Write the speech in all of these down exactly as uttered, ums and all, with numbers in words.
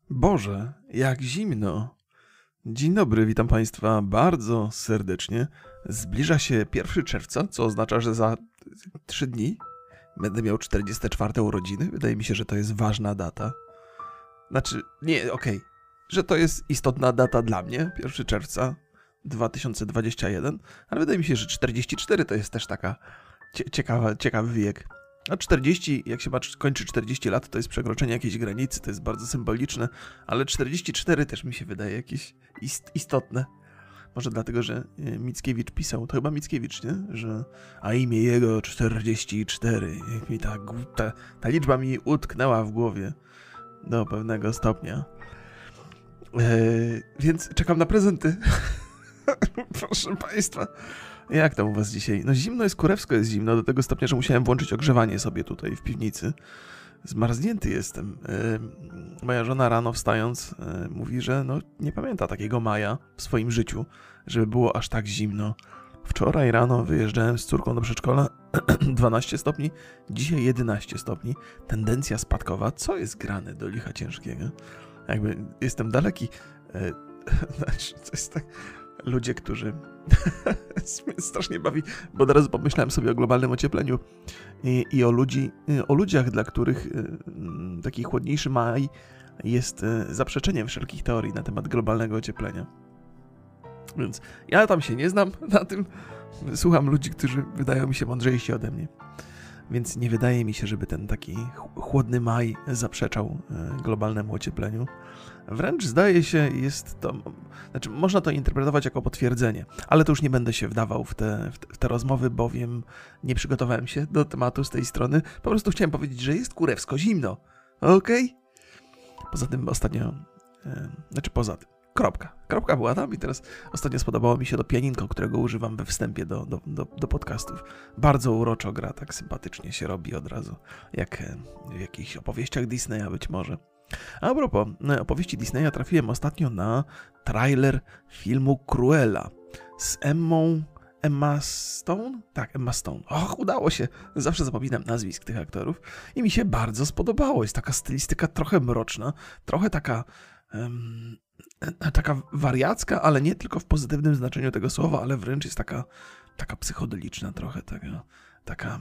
Boże, jak zimno. Dzień dobry, witam Państwa bardzo serdecznie. Zbliża się pierwszego czerwca, co oznacza, że za trzy dni będę miał czterdzieste czwarte urodziny. Wydaje mi się, że to jest ważna data. Znaczy, nie, okej, okay. że to jest istotna data dla mnie, pierwszego czerwca dwa tysiące dwudziestego pierwszego, ale wydaje mi się, że czterdzieści cztery to jest też taka cie- ciekawa, ciekawy wiek. A czterdzieści, jak się kończy czterdzieści lat, to jest przekroczenie jakiejś granicy, to jest bardzo symboliczne, ale czterdzieści cztery też mi się wydaje jakieś ist- istotne. Może dlatego, że Mickiewicz pisał, to chyba Mickiewicz, nie? Że a imię jego czterdzieści cztery. Jak mi ta, ta, ta liczba mi utknęła w głowie do pewnego stopnia. Eee, więc czekam na prezenty. Proszę Państwa. Jak tam u was dzisiaj? No zimno jest, kurewsko jest zimno, do tego stopnia, że musiałem włączyć ogrzewanie sobie tutaj w piwnicy. Zmarznięty jestem. Yy, moja żona rano wstając yy, mówi, że no nie pamięta takiego maja w swoim życiu, żeby było aż tak zimno. Wczoraj rano wyjeżdżałem z córką do przedszkola, dwanaście stopni, dzisiaj jedenaście stopni. Tendencja spadkowa, co jest grane do licha ciężkiego? Jakby jestem daleki. Yy, znaczy, to jest tak... Ludzie, którzy strasznie bawi, bo od razu pomyślałem sobie o globalnym ociepleniu i, i o, ludzi, o ludziach, dla których y, taki chłodniejszy maj jest y, zaprzeczeniem wszelkich teorii na temat globalnego ocieplenia. Więc ja tam się nie znam na tym, słucham ludzi, którzy wydają mi się mądrzejsi ode mnie. Więc nie wydaje mi się, żeby ten taki chłodny maj zaprzeczał globalnemu ociepleniu. Wręcz zdaje się, jest to, znaczy można to interpretować jako potwierdzenie, ale to już nie będę się wdawał w te, w te, w te rozmowy, bowiem nie przygotowałem się do tematu z tej strony. Po prostu chciałem powiedzieć, że jest kurewsko zimno. Okej? Okay? Poza tym ostatnio, yy, znaczy poza tym. Kropka. Kropka była tam i teraz ostatnio spodobało mi się to pianinko, którego używam we wstępie do, do, do, do podcastów. Bardzo uroczo gra, tak sympatycznie się robi od razu, jak w jakichś opowieściach Disneya być może. A propos opowieści Disneya, trafiłem ostatnio na trailer filmu Cruella z Emmą... Emma Stone? Tak, Emma Stone. Och, udało się. Zawsze zapominam nazwisk tych aktorów i mi się bardzo spodobało. Jest taka stylistyka trochę mroczna, trochę taka... Um, taka wariacka, ale nie tylko w pozytywnym znaczeniu tego słowa, ale wręcz jest taka, taka psychodeliczna trochę, taka, taka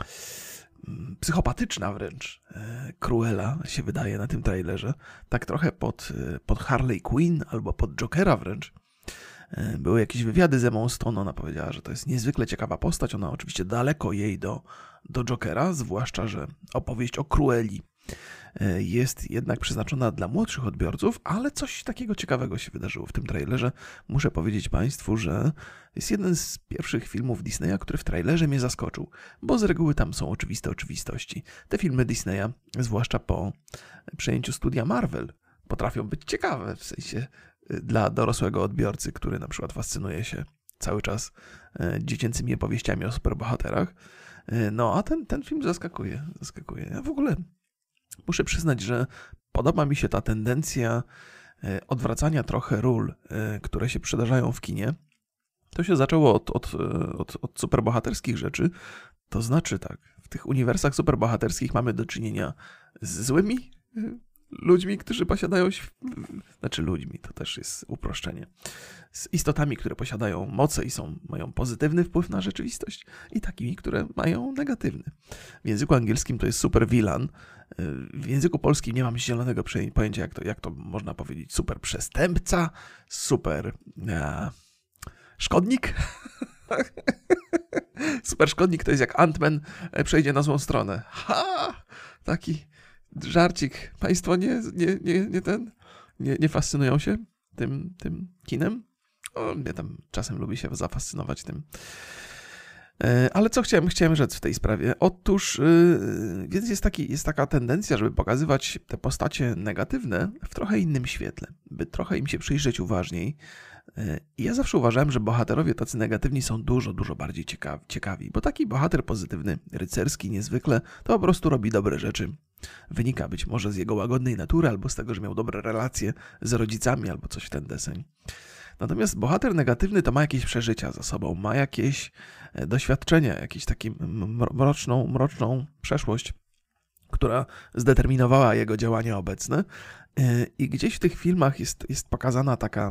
psychopatyczna wręcz. Cruella się wydaje na tym trailerze. Tak trochę pod, pod Harley Quinn albo pod Jokera wręcz. Były jakieś wywiady z Emmą Stone, ona powiedziała, że to jest niezwykle ciekawa postać, ona oczywiście daleko jej do, do Jokera, zwłaszcza, że opowieść o Cruelli jest jednak przeznaczona dla młodszych odbiorców, ale coś takiego ciekawego się wydarzyło w tym trailerze. Muszę powiedzieć Państwu, że jest jeden z pierwszych filmów Disneya, który w trailerze mnie zaskoczył, bo z reguły tam są oczywiste oczywistości. Te filmy Disneya, zwłaszcza po przejęciu studia Marvel, potrafią być ciekawe, w sensie dla dorosłego odbiorcy, który na przykład fascynuje się cały czas dziecięcymi opowieściami o superbohaterach. No a ten, ten film zaskakuje, zaskakuje. Ja w ogóle muszę przyznać, że podoba mi się ta tendencja odwracania trochę ról, które się przydarzają w kinie. To się zaczęło od, od, od, od superbohaterskich rzeczy. To znaczy tak, w tych uniwersach superbohaterskich mamy do czynienia z złymi ludźmi, którzy posiadają, znaczy ludźmi, to też jest uproszczenie, z istotami, które posiadają moce i są, mają pozytywny wpływ na rzeczywistość i takimi, które mają negatywny. W języku angielskim to jest super villain, w języku polskim nie mam zielonego pojęcia, jak to, jak to można powiedzieć, super przestępca, super a, szkodnik. Super szkodnik to jest jak Ant-Man przejdzie na złą stronę. Ha! Taki żarcik. Państwo nie, nie, nie, nie ten, nie, nie fascynują się tym, tym kinem? O, mnie tam czasem lubi się zafascynować tym. Ale co chciałem, chciałem rzec w tej sprawie? Otóż, yy, więc jest, taki, jest taka tendencja, żeby pokazywać te postacie negatywne w trochę innym świetle, by trochę im się przyjrzeć uważniej. I ja zawsze uważałem, że bohaterowie tacy negatywni są dużo, dużo bardziej ciekawi, ciekawi, bo taki bohater pozytywny, rycerski niezwykle, to po prostu robi dobre rzeczy. Wynika być może z jego łagodnej natury, albo z tego, że miał dobre relacje z rodzicami, albo coś w ten deseń. Natomiast bohater negatywny to ma jakieś przeżycia za sobą, ma jakieś doświadczenia, jakąś taką mroczną, mroczną przeszłość, która zdeterminowała jego działania obecne I gdzieś w tych filmach jest, jest pokazana taka...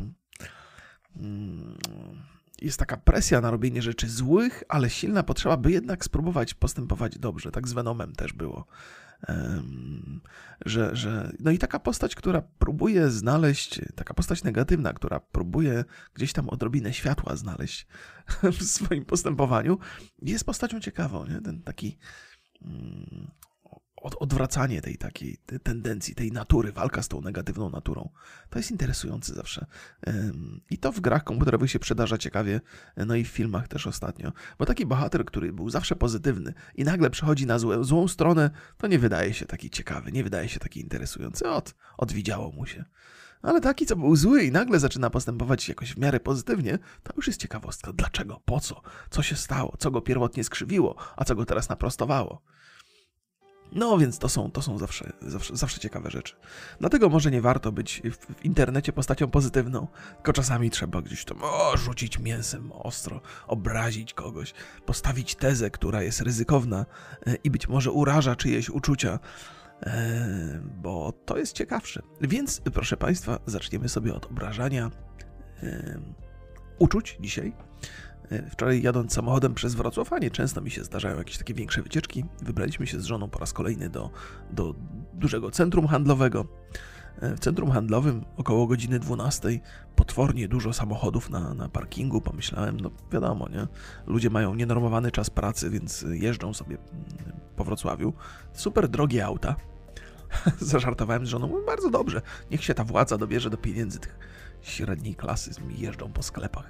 Jest taka presja na robienie rzeczy złych, ale silna potrzeba, by jednak spróbować postępować dobrze. Tak z Venomem też było. Um, że, że, no i taka postać, która próbuje znaleźć, taka postać negatywna, która próbuje gdzieś tam odrobinę światła znaleźć w swoim postępowaniu, jest postacią ciekawą, nie? Ten taki um, od, odwracanie tej takiej tej tendencji, tej natury, walka z tą negatywną naturą. To jest interesujące zawsze. Um, I to w grach komputerowych się przydarza ciekawie, no i w filmach też ostatnio. Bo taki bohater, który był zawsze pozytywny i nagle przechodzi na złe, złą stronę, to nie wydaje się taki ciekawy, nie wydaje się taki interesujący. Od, odwidziało mu się. Ale taki, co był zły i nagle zaczyna postępować jakoś w miarę pozytywnie, to już jest ciekawostka. Dlaczego? Po co? Co się stało? Co go pierwotnie skrzywiło? A co go teraz naprostowało? No więc to są, to są zawsze, zawsze, zawsze ciekawe rzeczy. Dlatego może nie warto być w, w internecie postacią pozytywną, tylko czasami trzeba gdzieś tam o, rzucić mięsem ostro, obrazić kogoś, postawić tezę, która jest ryzykowna e, i być może uraża czyjeś uczucia, e, bo to jest ciekawsze. Więc proszę Państwa, zaczniemy sobie od obrażania e, uczuć dzisiaj. Wczoraj jadąc samochodem przez Wrocław, a nie często mi się zdarzają jakieś takie większe wycieczki, wybraliśmy się z żoną po raz kolejny do, do dużego centrum handlowego. W centrum handlowym około godziny dwunastej potwornie dużo samochodów na, na parkingu. Pomyślałem, no wiadomo, nie? Ludzie mają nienormowany czas pracy, więc jeżdżą sobie po Wrocławiu. Super drogie auta. Zażartowałem z żoną, mówię, bardzo dobrze, niech się ta władza dobierze do pieniędzy tych średniej klasy, jeżdżą po sklepach.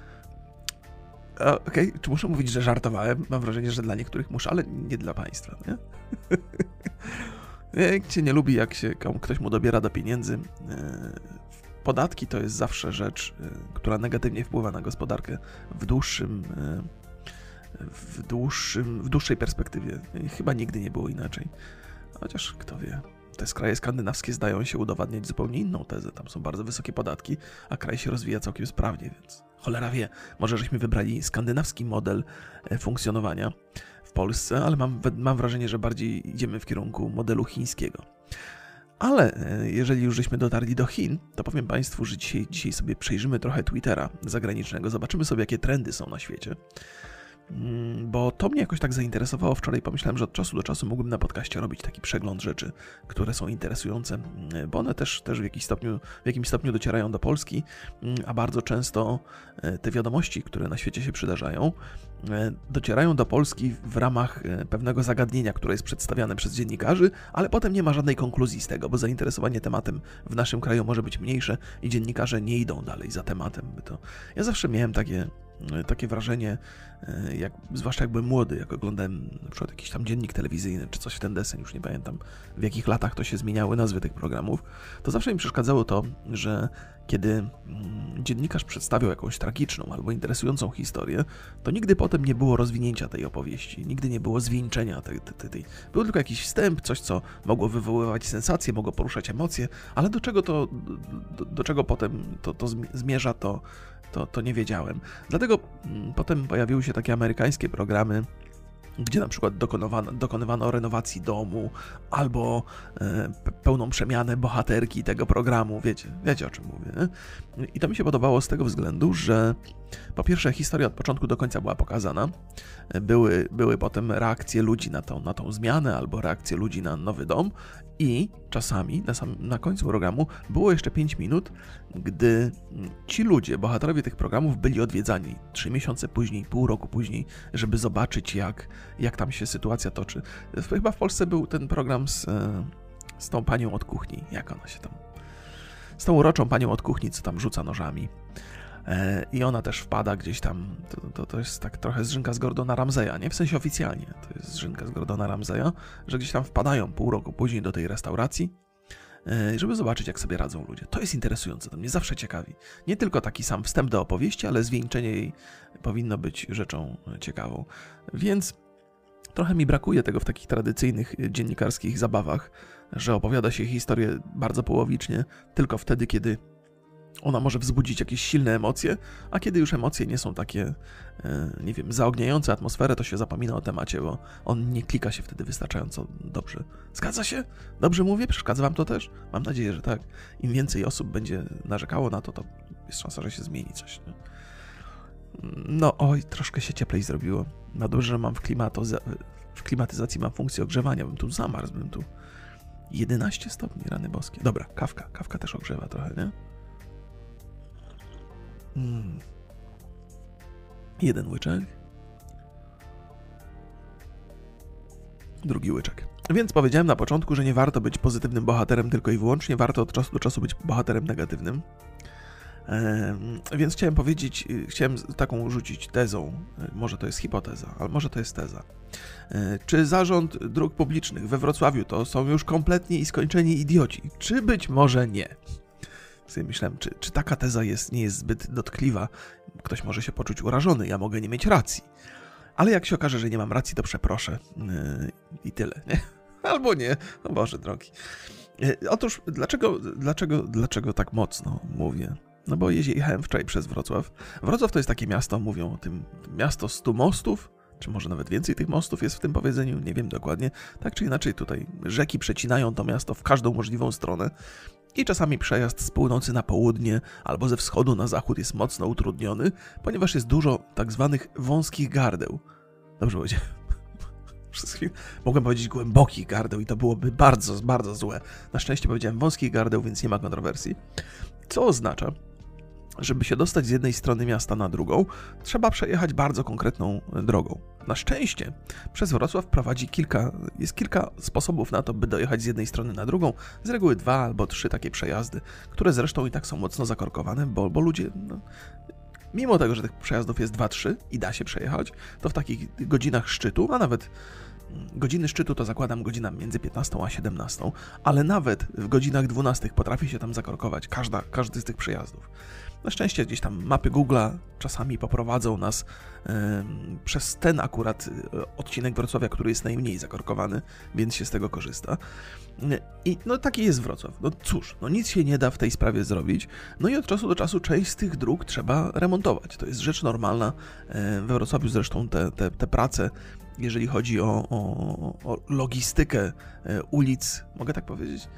Okej, okay. Czy muszę mówić, że żartowałem? Mam wrażenie, że dla niektórych muszę, ale nie dla Państwa, nie? Nikt cię nie lubi, jak się ktoś mu dobiera do pieniędzy. Podatki to jest zawsze rzecz, która negatywnie wpływa na gospodarkę w dłuższym, w dłuższym, w dłuższej perspektywie. Chyba nigdy nie było inaczej. Chociaż kto wie. Te kraje skandynawskie zdają się udowadniać zupełnie inną tezę. Tam są bardzo wysokie podatki, a kraj się rozwija całkiem sprawnie, więc cholera wie. Może żeśmy wybrali skandynawski model funkcjonowania w Polsce, ale mam, mam wrażenie, że bardziej idziemy w kierunku modelu chińskiego. Ale jeżeli już żeśmy dotarli do Chin, to powiem Państwu, że dzisiaj, dzisiaj sobie przejrzymy trochę Twittera zagranicznego. Zobaczymy sobie, jakie trendy są na świecie. Bo to mnie jakoś tak zainteresowało wczoraj. Pomyślałem, że od czasu do czasu mógłbym na podcaście robić taki przegląd rzeczy, które są interesujące, bo one też, też w, jakiś stopniu, w jakimś stopniu docierają do Polski, a bardzo często te wiadomości, które na świecie się przydarzają, docierają do Polski w ramach pewnego zagadnienia, które jest przedstawiane przez dziennikarzy, ale potem nie ma żadnej konkluzji z tego, bo zainteresowanie tematem w naszym kraju może być mniejsze i dziennikarze nie idą dalej za tematem. To ja zawsze miałem takie takie wrażenie, jak, zwłaszcza jak byłem młody, jak oglądałem na przykład jakiś tam dziennik telewizyjny, czy coś w ten deseń, już nie pamiętam w jakich latach to się zmieniały nazwy tych programów, to zawsze mi przeszkadzało to, że kiedy dziennikarz przedstawiał jakąś tragiczną albo interesującą historię, to nigdy potem nie było rozwinięcia tej opowieści, nigdy nie było zwieńczenia tej, tej, tej. Był tylko jakiś wstęp, coś, co mogło wywoływać sensacje, mogło poruszać emocje, ale do czego to, do, do czego potem to, to zmierza, to To, to nie wiedziałem. Dlatego mm, potem pojawiły się takie amerykańskie programy, gdzie na przykład dokonywano, dokonywano renowacji domu albo e, pełną przemianę bohaterki tego programu. Wiecie, wiecie o czym mówię. Nie? I to mi się podobało z tego względu, że po pierwsze historia od początku do końca była pokazana. Były, były potem reakcje ludzi na tą, na tą zmianę albo reakcje ludzi na nowy dom i czasami na, sam, na końcu programu było jeszcze pięć minut, gdy ci ludzie, bohaterowie tych programów byli odwiedzani trzy miesiące później, pół roku później, żeby zobaczyć jak, jak tam się sytuacja toczy. Chyba w Polsce był ten program z, z tą panią od kuchni, jak ona się tam... z tą uroczą panią od kuchni, co tam rzuca nożami. I ona też wpada gdzieś tam, to, to, to jest tak trochę zżynka z Gordona Ramsaya, nie? W sensie oficjalnie, to jest zżynka z Gordona Ramsaya, że gdzieś tam wpadają pół roku później do tej restauracji, żeby zobaczyć, jak sobie radzą ludzie. To jest interesujące, to mnie zawsze ciekawi. Nie tylko taki sam wstęp do opowieści, ale zwieńczenie jej powinno być rzeczą ciekawą. Więc trochę mi brakuje tego w takich tradycyjnych dziennikarskich zabawach, że opowiada się historię bardzo połowicznie, tylko wtedy, kiedy ona może wzbudzić jakieś silne emocje, a kiedy już emocje nie są takie, nie wiem, zaogniające atmosferę, to się zapomina o temacie, bo on nie klika się wtedy wystarczająco dobrze. Zgadza się? Dobrze mówię? Przeszkadza wam to też? Mam nadzieję, że tak. Im więcej osób będzie narzekało na to, to jest szansa, że się zmieni coś. Nie? No oj, troszkę się cieplej zrobiło. No dobrze, że mam w, klimato- w klimatyzacji mam funkcję ogrzewania, bym tu zamarzł, bym tu jedenaście stopni, rany boskie. Dobra, kawka, kawka też ogrzewa trochę, nie? Mm. Jeden łyczek. Drugi łyczek. Więc powiedziałem na początku, że nie warto być pozytywnym bohaterem tylko i wyłącznie, warto od czasu do czasu być bohaterem negatywnym. Więc chciałem powiedzieć, chciałem taką rzucić tezą, może to jest hipoteza, ale może to jest teza. Czy zarząd dróg publicznych we Wrocławiu to są już kompletnie i skończeni idioci? Czy być może nie? Sobie myślałem, czy, czy taka teza jest, nie jest zbyt dotkliwa? Ktoś może się poczuć urażony, ja mogę nie mieć racji. Ale jak się okaże, że nie mam racji, to przeproszę. Yy, I tyle, nie? Albo nie, o Boże drogi. Yy, otóż, dlaczego, dlaczego, dlaczego tak mocno mówię? No bo jechałem wczoraj przez Wrocław. Wrocław to jest takie miasto, mówią o tym, miasto stu mostów, czy może nawet więcej tych mostów jest w tym powiedzeniu, nie wiem dokładnie. Tak czy inaczej tutaj rzeki przecinają to miasto w każdą możliwą stronę i czasami przejazd z północy na południe albo ze wschodu na zachód jest mocno utrudniony, ponieważ jest dużo tak zwanych wąskich gardeł. Dobrze powiedziałem? Wszystkim mogłem powiedzieć głębokich gardeł i to byłoby bardzo, bardzo złe. Na szczęście powiedziałem wąskich gardeł, więc nie ma kontrowersji. Co oznacza, żeby się dostać z jednej strony miasta na drugą, trzeba przejechać bardzo konkretną drogą. Na szczęście przez Wrocław prowadzi kilka, jest kilka sposobów na to, by dojechać z jednej strony na drugą. Z reguły dwa albo trzy takie przejazdy, które zresztą i tak są mocno zakorkowane, bo, bo ludzie... No, mimo tego, że tych przejazdów jest dwa trzy i da się przejechać, to w takich godzinach szczytu, a nawet godziny szczytu to zakładam godzina między piętnastą a siedemnastą, ale nawet w godzinach dwunastych potrafi się tam zakorkować każda, każdy z tych przejazdów. Na szczęście gdzieś tam mapy Google'a czasami poprowadzą nas yy, przez ten akurat odcinek Wrocławia, który jest najmniej zakorkowany, więc się z tego korzysta. Yy, I no taki jest Wrocław. No cóż, no nic się nie da w tej sprawie zrobić. No i od czasu do czasu część z tych dróg trzeba remontować. To jest rzecz normalna. Yy, we Wrocławiu zresztą te, te, te prace, jeżeli chodzi o, o, o logistykę yy, ulic, mogę tak powiedzieć,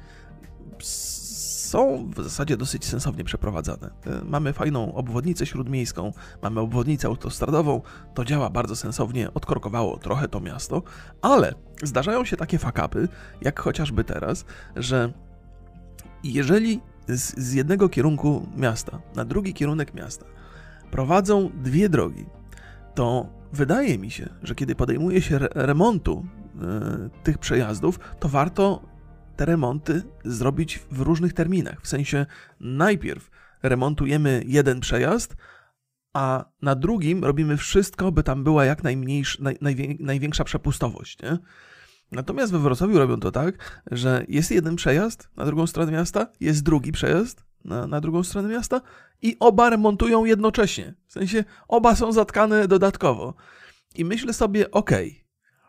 są w zasadzie dosyć sensownie przeprowadzane. Mamy fajną obwodnicę śródmiejską, mamy obwodnicę autostradową, to działa bardzo sensownie, odkorkowało trochę to miasto, ale zdarzają się takie fuck-upy, jak chociażby teraz, że jeżeli z, z jednego kierunku miasta na drugi kierunek miasta prowadzą dwie drogi, to wydaje mi się, że kiedy podejmuje się re- remontu yy, tych przejazdów, to warto te remonty zrobić w różnych terminach. W sensie najpierw remontujemy jeden przejazd, a na drugim robimy wszystko, by tam była jak najmniejsza, naj, najwię, największa przepustowość. Nie? Natomiast we Wrocławiu robią to tak, że jest jeden przejazd na drugą stronę miasta, jest drugi przejazd na, na drugą stronę miasta i oba remontują jednocześnie. W sensie oba są zatkane dodatkowo. I myślę sobie, okej, okay,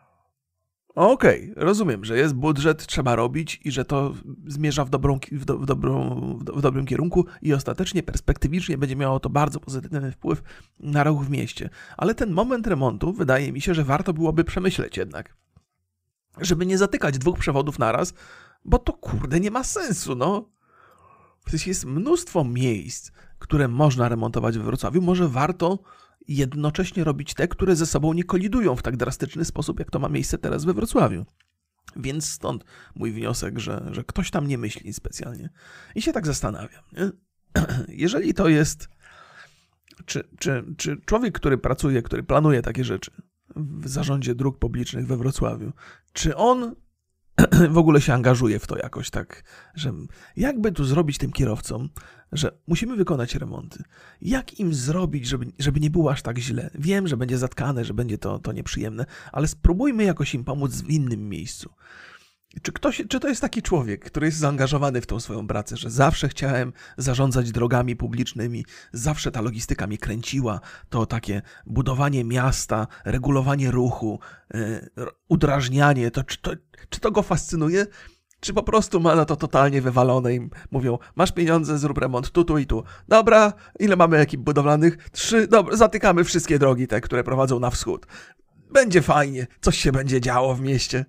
Okej, okay, rozumiem, że jest budżet, trzeba robić i że to zmierza w, dobrą, w, do, w, dobrą, w, do, w dobrym kierunku i ostatecznie, perspektywicznie będzie miało to bardzo pozytywny wpływ na ruch w mieście. Ale ten moment remontu wydaje mi się, że warto byłoby przemyśleć jednak. Żeby nie zatykać dwóch przewodów naraz, bo to kurde nie ma sensu, no. W sensie jest mnóstwo miejsc, które można remontować we Wrocławiu, może warto jednocześnie robić te, które ze sobą nie kolidują w tak drastyczny sposób, jak to ma miejsce teraz we Wrocławiu. Więc stąd mój wniosek, że, że ktoś tam nie myśli specjalnie. I się tak zastanawiam, nie? Jeżeli to jest... Czy, czy, czy człowiek, który pracuje, który planuje takie rzeczy w zarządzie dróg publicznych we Wrocławiu, czy on w ogóle się angażuje w to jakoś tak, że jakby tu zrobić tym kierowcom, że musimy wykonać remonty. Jak im zrobić, żeby, żeby nie było aż tak źle? Wiem, że będzie zatkane, że będzie to, to nieprzyjemne, ale spróbujmy jakoś im pomóc w innym miejscu. Czy, ktoś, czy to jest taki człowiek, który jest zaangażowany w tą swoją pracę, że zawsze chciałem zarządzać drogami publicznymi, zawsze ta logistyka mnie kręciła, to takie budowanie miasta, regulowanie ruchu, yy, udrażnianie, to czy, to czy to go fascynuje? czy po prostu ma na to totalnie wywalone i mówią, masz pieniądze, zrób remont tu, tu i tu. Dobra, ile mamy ekip budowlanych? Trzy, dobra, zatykamy wszystkie drogi te, które prowadzą na wschód. Będzie fajnie, coś się będzie działo w mieście.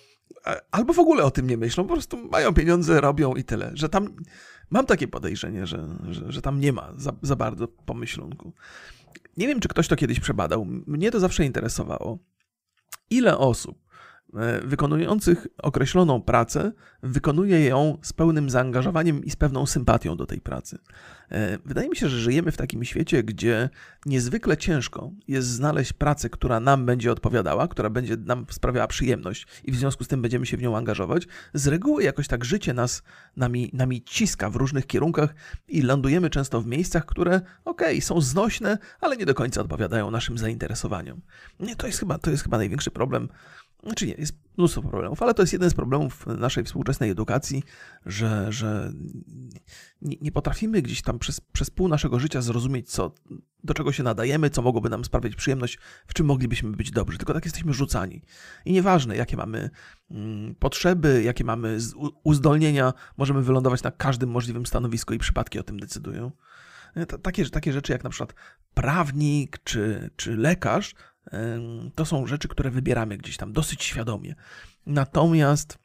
Albo w ogóle o tym nie myślą, po prostu mają pieniądze, robią i tyle. Że tam, mam takie podejrzenie, że, że, że tam nie ma za, za bardzo pomyślunku. Nie wiem, czy ktoś to kiedyś przebadał. Mnie to zawsze interesowało. Ile osób wykonujących określoną pracę wykonuje ją z pełnym zaangażowaniem i z pewną sympatią do tej pracy. Wydaje mi się, że żyjemy w takim świecie, gdzie niezwykle ciężko jest znaleźć pracę, która nam będzie odpowiadała, która będzie nam sprawiała przyjemność i w związku z tym będziemy się w nią angażować. Z reguły jakoś tak życie nas nami, nami ciska w różnych kierunkach i lądujemy często w miejscach, które okej, okay, są znośne, ale nie do końca odpowiadają naszym zainteresowaniom. Nie, to jest chyba, to jest chyba największy problem. Znaczy nie, jest mnóstwo problemów, ale to jest jeden z problemów naszej współczesnej edukacji, że, że nie, nie potrafimy gdzieś tam przez, przez pół naszego życia zrozumieć, co, do czego się nadajemy, co mogłoby nam sprawiać przyjemność, w czym moglibyśmy być dobrzy, tylko tak jesteśmy rzucani. I nieważne, jakie mamy mm, potrzeby, jakie mamy z, uzdolnienia, możemy wylądować na każdym możliwym stanowisku i przypadki o tym decydują. Takie, takie rzeczy jak na przykład prawnik czy, czy lekarz, to są rzeczy, które wybieramy gdzieś tam dosyć świadomie. Natomiast,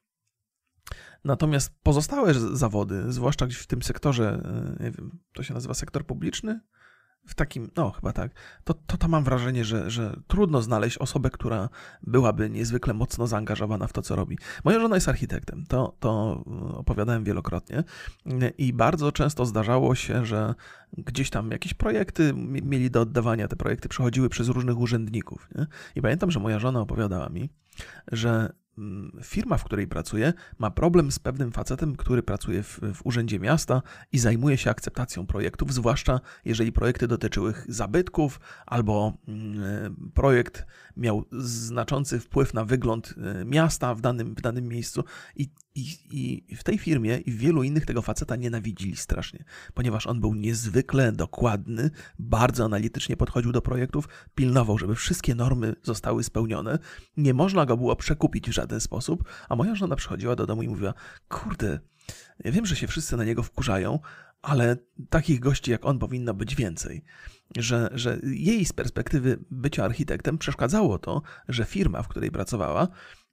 natomiast pozostałe zawody, zwłaszcza gdzieś w tym sektorze, nie wiem, to się nazywa sektor publiczny? W takim, no chyba tak, to, to, to mam wrażenie, że, że trudno znaleźć osobę, która byłaby niezwykle mocno zaangażowana w to, co robi. Moja żona jest architektem, to, to opowiadałem wielokrotnie i bardzo często zdarzało się, że gdzieś tam jakieś projekty mieli do oddawania, te projekty przechodziły przez różnych urzędników. Nie? I pamiętam, że moja żona opowiadała mi, że firma, w której pracuje, ma problem z pewnym facetem, który pracuje w, w urzędzie miasta i zajmuje się akceptacją projektów, zwłaszcza jeżeli projekty dotyczyły zabytków albo y, projekt miał znaczący wpływ na wygląd miasta w danym, w danym miejscu i, i, i w tej firmie i w wielu innych tego faceta nienawidzili strasznie, ponieważ on był niezwykle dokładny, bardzo analitycznie podchodził do projektów, pilnował, żeby wszystkie normy zostały spełnione, nie można go było przekupić w żaden sposób, a moja żona przychodziła do domu i mówiła, kurde, ja wiem, że się wszyscy na niego wkurzają, ale takich gości jak on powinno być więcej. Że, że jej z perspektywy bycia architektem przeszkadzało to, że firma, w której pracowała,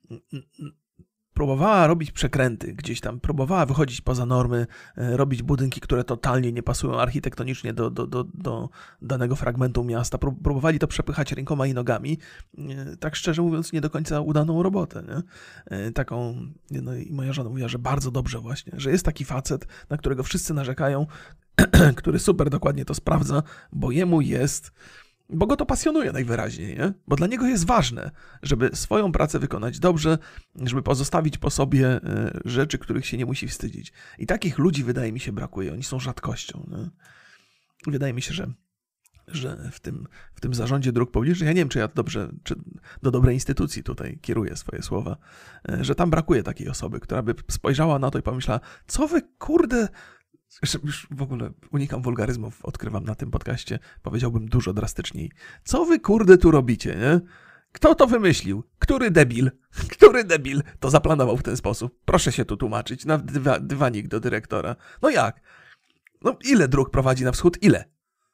próbowała robić przekręty gdzieś tam, próbowała wychodzić poza normy, robić budynki, które totalnie nie pasują architektonicznie do, do, do, do danego fragmentu miasta. Próbowali to przepychać rękoma i nogami. Tak szczerze mówiąc, nie do końca udaną robotę. Nie? Taką, no i moja żona mówiła, że bardzo dobrze właśnie, że jest taki facet, na którego wszyscy narzekają, który super dokładnie to sprawdza, bo jemu jest... Bo go to pasjonuje najwyraźniej, nie? Bo dla niego jest ważne, żeby swoją pracę wykonać dobrze, żeby pozostawić po sobie rzeczy, których się nie musi wstydzić. I takich ludzi, wydaje mi się, brakuje. Oni są rzadkością. Nie? Wydaje mi się, że, że w tym, w tym zarządzie dróg publicznych, ja nie wiem, czy ja dobrze, czy do dobrej instytucji tutaj kieruję swoje słowa, że tam brakuje takiej osoby, która by spojrzała na to i pomyślała, co wy, kurde... Już w ogóle unikam wulgaryzmów, odkrywam na tym podcaście, powiedziałbym dużo drastyczniej. Co wy kurde tu robicie, nie? Kto to wymyślił? Który debil? Który debil to zaplanował w ten sposób? Proszę się tu tłumaczyć, na dywa, dywanik do dyrektora. No jak? No ile dróg prowadzi na wschód? Ile?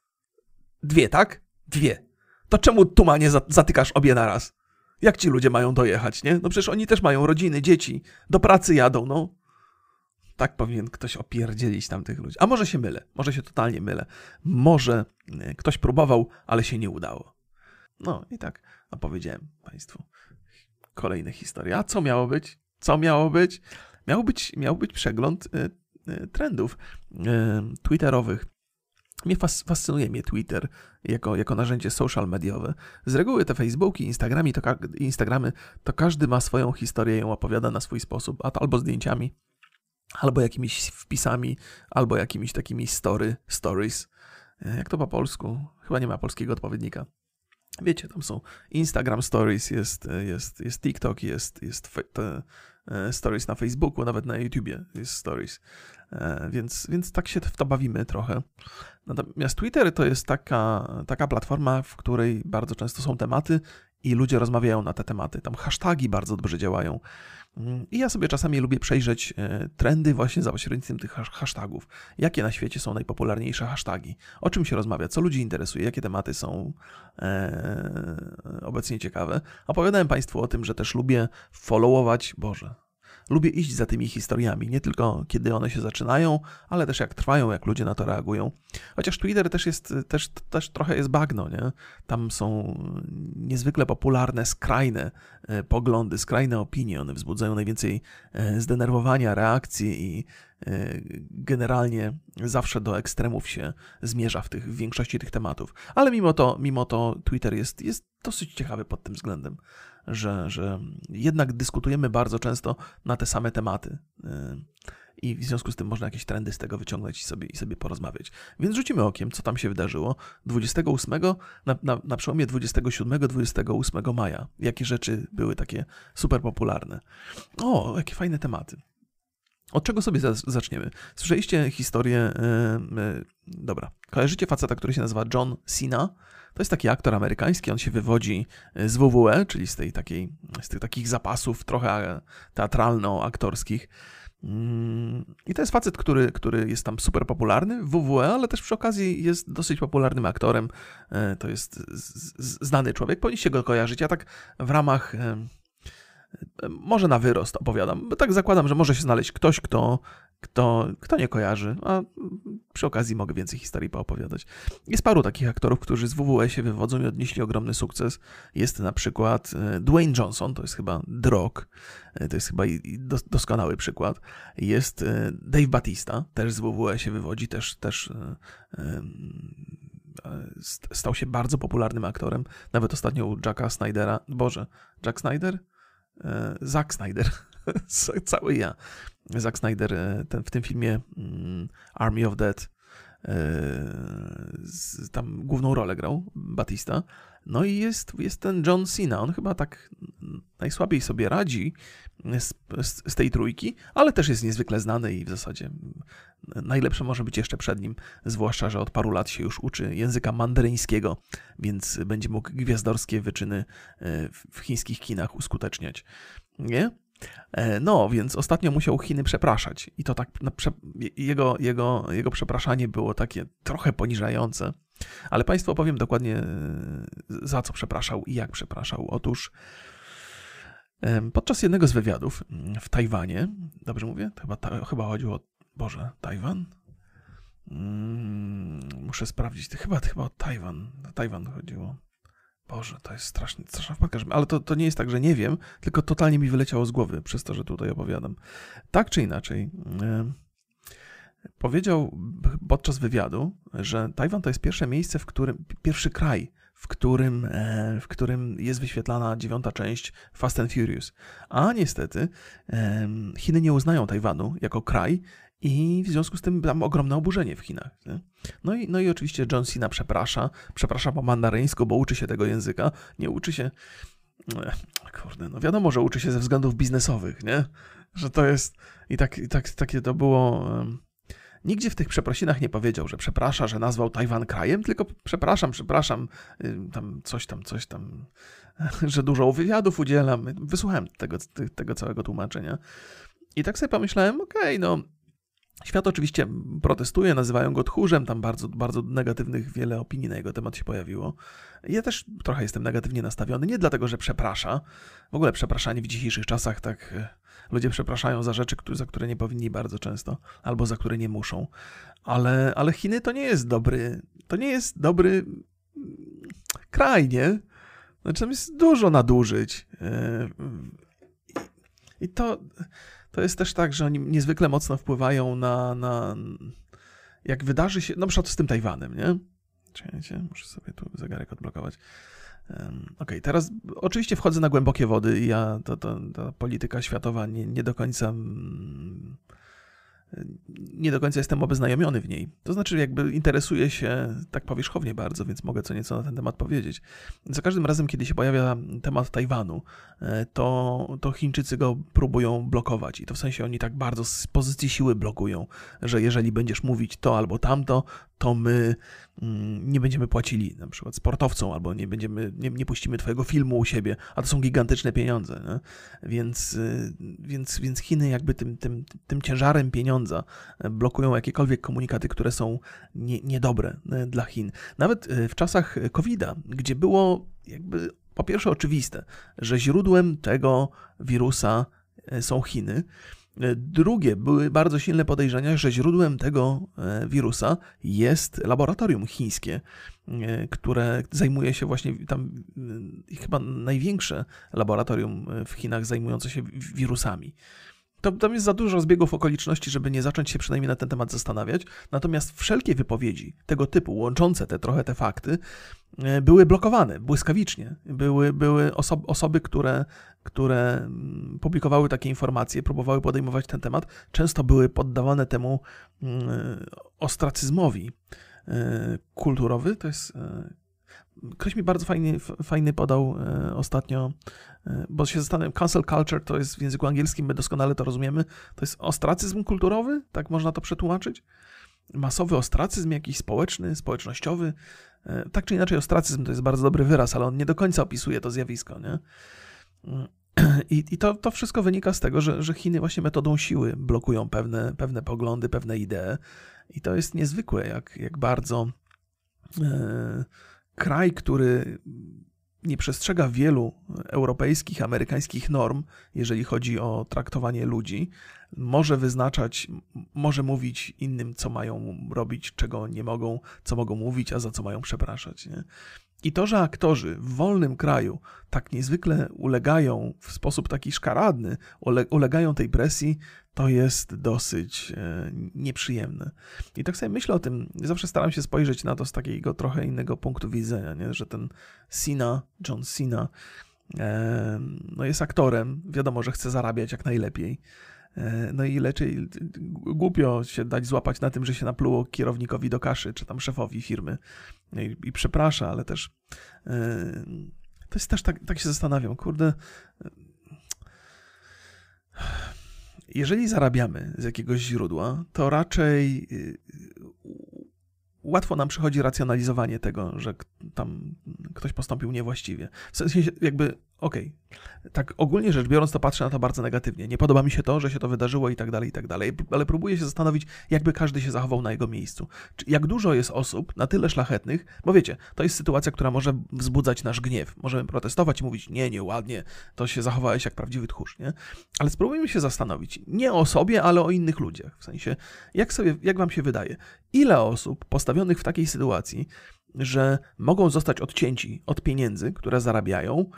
Dwie, tak? Dwie. To czemu tumanie zatykasz obie naraz? Jak ci ludzie mają dojechać, nie? No przecież oni też mają rodziny, dzieci, do pracy jadą, no. Tak powinien ktoś opierdzielić tamtych ludzi. A może się mylę, może się totalnie mylę. Może ktoś próbował, ale się nie udało. No i tak opowiedziałem Państwu kolejne historie. A co miało być? Co miało być? Miał być, miał być przegląd y, y, trendów y, twitterowych. Mnie fas, fascynuje mnie Twitter jako, jako narzędzie social mediowe. Z reguły te Facebooki, Instagramy to, Instagramy, to każdy ma swoją historię i ją opowiada na swój sposób, a to albo zdjęciami, albo jakimiś wpisami, albo jakimiś takimi story, stories. Jak to po polsku? Chyba nie ma polskiego odpowiednika. Wiecie, tam są Instagram Stories, jest, jest, jest TikTok, jest, jest te stories na Facebooku, nawet na YouTubie jest stories. Więc, więc tak się w to bawimy trochę. Natomiast Twitter to jest taka, taka platforma, w której bardzo często są tematy i ludzie rozmawiają na te tematy. Tam hasztagi bardzo dobrze działają. I ja sobie czasami lubię przejrzeć trendy właśnie za pośrednictwem tych hashtagów. Jakie na świecie są najpopularniejsze hasztagi? O czym się rozmawia? Co ludzi interesuje? Jakie tematy są e, obecnie ciekawe? Opowiadałem Państwu o tym, że też lubię followować, Boże, lubię iść za tymi historiami, nie tylko kiedy one się zaczynają, ale też jak trwają, jak ludzie na to reagują. Chociaż Twitter też jest, też, też trochę jest bagno, nie? Tam są niezwykle popularne, skrajne poglądy, skrajne opinie. One wzbudzają najwięcej zdenerwowania, reakcji i generalnie zawsze do ekstremów się zmierza w, tych, w większości tych tematów. Ale mimo to, mimo to Twitter jest, jest dosyć ciekawy pod tym względem, że, że jednak dyskutujemy bardzo często na te same tematy i w związku z tym można jakieś trendy z tego wyciągnąć i sobie, i sobie porozmawiać. Więc rzucimy okiem, co tam się wydarzyło dwudziestego ósmego, na, na, na przełomie dwudziestego siódmego dwudziestego ósmego maja. Jakie rzeczy były takie super popularne. O, jakie fajne tematy. Od czego sobie zaczniemy? Słyszeliście historię, yy, yy, dobra, kojarzycie faceta, który się nazywa John Cena? To jest taki aktor amerykański, on się wywodzi z W W E, czyli z, tej takiej, z tych takich zapasów trochę teatralno-aktorskich. I to jest facet, który, który jest tam super popularny w W W E, ale też przy okazji jest dosyć popularnym aktorem. To jest znany człowiek, powinniście go kojarzyć. Ja tak w ramach... Może na wyrost opowiadam, bo tak zakładam, że może się znaleźć ktoś, kto, kto, kto nie kojarzy, a przy okazji mogę więcej historii poopowiadać. Jest paru takich aktorów, którzy z W W E się wywodzą i odnieśli ogromny sukces. Jest na przykład Dwayne Johnson, to jest chyba The Rock, to jest chyba doskonały przykład. Jest Dave Bautista, też z W W E się wywodzi, też, też stał się bardzo popularnym aktorem. Nawet ostatnio u Jacka Snydera, Boże, Jack Snyder? Zack Snyder, cały ja. Zack Snyder ten, w tym filmie Army of Dead tam główną rolę grał, Batista. No i jest, jest ten John Cena, on chyba tak najsłabiej sobie radzi z, z, z tej trójki, ale też jest niezwykle znany i w zasadzie najlepsze może być jeszcze przed nim, zwłaszcza, że od paru lat się już uczy języka mandaryńskiego, więc będzie mógł gwiazdorskie wyczyny w chińskich kinach uskuteczniać. Nie? No, więc ostatnio musiał Chiny przepraszać i to tak, jego, jego, jego przepraszanie było takie trochę poniżające, ale Państwu opowiem dokładnie, za co przepraszał i jak przepraszał. Otóż podczas jednego z wywiadów w Tajwanie, dobrze mówię? Chyba, ta, chyba chodziło o, Boże, Tajwan? Hmm, muszę sprawdzić, chyba, chyba o Tajwan, o Tajwan chodziło. Boże, to jest strasznie, straszna wpadka, ale to, to nie jest tak, że nie wiem, tylko totalnie mi wyleciało z głowy przez to, że tutaj opowiadam. Tak czy inaczej, e, powiedział podczas wywiadu, że Tajwan to jest pierwsze miejsce, w którym, pierwszy kraj, w którym, e, w którym jest wyświetlana dziewiąta część Fast and Furious. A niestety e, Chiny nie uznają Tajwanu jako kraj i w związku z tym mam ogromne oburzenie w Chinach. Nie? No, i, no i oczywiście John Cena przeprasza, przeprasza po mandaryńsku, bo uczy się tego języka, nie uczy się, kurde, no wiadomo, że uczy się ze względów biznesowych, nie? Że to jest, i tak, i tak takie to było, um, nigdzie w tych przeprosinach nie powiedział, że przeprasza, że nazwał Tajwan krajem, tylko przepraszam, przepraszam, tam coś tam, coś tam, że dużo wywiadów udzielam. Wysłuchałem tego, tego całego tłumaczenia i tak sobie pomyślałem, okej, okay, no świat oczywiście protestuje, nazywają go tchórzem, tam bardzo, bardzo negatywnych wiele opinii na jego temat się pojawiło. Ja też trochę jestem negatywnie nastawiony, nie dlatego, że przeprasza. W ogóle przepraszanie w dzisiejszych czasach, tak ludzie przepraszają za rzeczy, za które nie powinni bardzo często, albo za które nie muszą. Ale, ale Chiny to nie jest dobry, to nie jest dobry kraj, nie? Znaczy tam jest dużo nadużyć. I to... To jest też tak, że oni niezwykle mocno wpływają na, na jak wydarzy się, na przykład z tym Tajwanem, nie? Czekajcie, muszę sobie tu zegarek odblokować. Um, Okej, okay, teraz oczywiście wchodzę na głębokie wody i ja, to, to, ta polityka światowa nie, nie do końca um, nie do końca jestem obeznajomiony w niej. To znaczy jakby interesuję się tak powierzchownie bardzo, więc mogę co nieco na ten temat powiedzieć. Za każdym razem, kiedy się pojawia temat Tajwanu, to, to Chińczycy go próbują blokować i to w sensie oni tak bardzo z pozycji siły blokują, że jeżeli będziesz mówić to albo tamto, to my nie będziemy płacili na przykład sportowcom, albo nie będziemy, nie, nie puścimy twojego filmu u siebie, a to są gigantyczne pieniądze, nie? Więc, więc, więc Chiny jakby tym, tym, tym ciężarem pieniądza blokują jakiekolwiek komunikaty, które są nie, niedobre dla Chin. Nawet w czasach kowida, gdzie było jakby po pierwsze oczywiste, że źródłem tego wirusa są Chiny. Drugie, były bardzo silne podejrzenia, że źródłem tego wirusa jest laboratorium chińskie, które zajmuje się właśnie tam, chyba największe laboratorium w Chinach zajmujące się wirusami. To, tam jest za dużo zbiegów okoliczności, żeby nie zacząć się przynajmniej na ten temat zastanawiać. Natomiast wszelkie wypowiedzi tego typu, łączące te trochę te fakty, były blokowane błyskawicznie. Były, były oso- osoby, które, które publikowały takie informacje, próbowały podejmować ten temat, często były poddawane temu ostracyzmowi kulturowy. To jest... Ktoś mi bardzo fajnie, fajny podał e, ostatnio, e, bo się zastanawiam, cancel culture to jest w języku angielskim, my doskonale to rozumiemy, to jest ostracyzm kulturowy, tak można to przetłumaczyć? Masowy ostracyzm jakiś społeczny, społecznościowy. E, tak czy inaczej ostracyzm to jest bardzo dobry wyraz, ale on nie do końca opisuje to zjawisko, nie? I, i to, to wszystko wynika z tego, że, że Chiny właśnie metodą siły blokują pewne, pewne poglądy, pewne idee i to jest niezwykłe, jak, jak bardzo... E, Kraj, który nie przestrzega wielu europejskich, amerykańskich norm, jeżeli chodzi o traktowanie ludzi, może wyznaczać, może mówić innym, co mają robić, czego nie mogą, co mogą mówić, a za co mają przepraszać. Nie? I to, że aktorzy w wolnym kraju tak niezwykle ulegają w sposób taki szkaradny, ule, ulegają tej presji, to jest dosyć e, nieprzyjemne. I tak sobie myślę o tym, zawsze staram się spojrzeć na to z takiego trochę innego punktu widzenia, nie? Że ten Cena, John Cena, e, no jest aktorem, wiadomo, że chce zarabiać jak najlepiej. E, no i lepiej głupio się dać złapać na tym, że się napluło kierownikowi do kaszy, czy tam szefowi firmy i, i przeprasza, ale też e, to jest też tak, tak się zastanawiam, kurde... Jeżeli zarabiamy z jakiegoś źródła, to raczej łatwo nam przychodzi racjonalizowanie tego, że tam ktoś postąpił niewłaściwie. W sensie jakby, okej, okay, tak ogólnie rzecz biorąc, to patrzę na to bardzo negatywnie. Nie podoba mi się to, że się to wydarzyło i tak dalej, i tak dalej, ale próbuję się zastanowić, jakby każdy się zachował na jego miejscu. Jak dużo jest osób na tyle szlachetnych, bo wiecie, to jest sytuacja, która może wzbudzać nasz gniew. Możemy protestować i mówić, nie, nieładnie, to się zachowałeś jak prawdziwy tchórz, nie? Ale spróbujmy się zastanowić, nie o sobie, ale o innych ludziach. W sensie, jak sobie, jak wam się wydaje, ile osób postawionych w takiej sytuacji, że mogą zostać odcięci od pieniędzy, które zarabiają,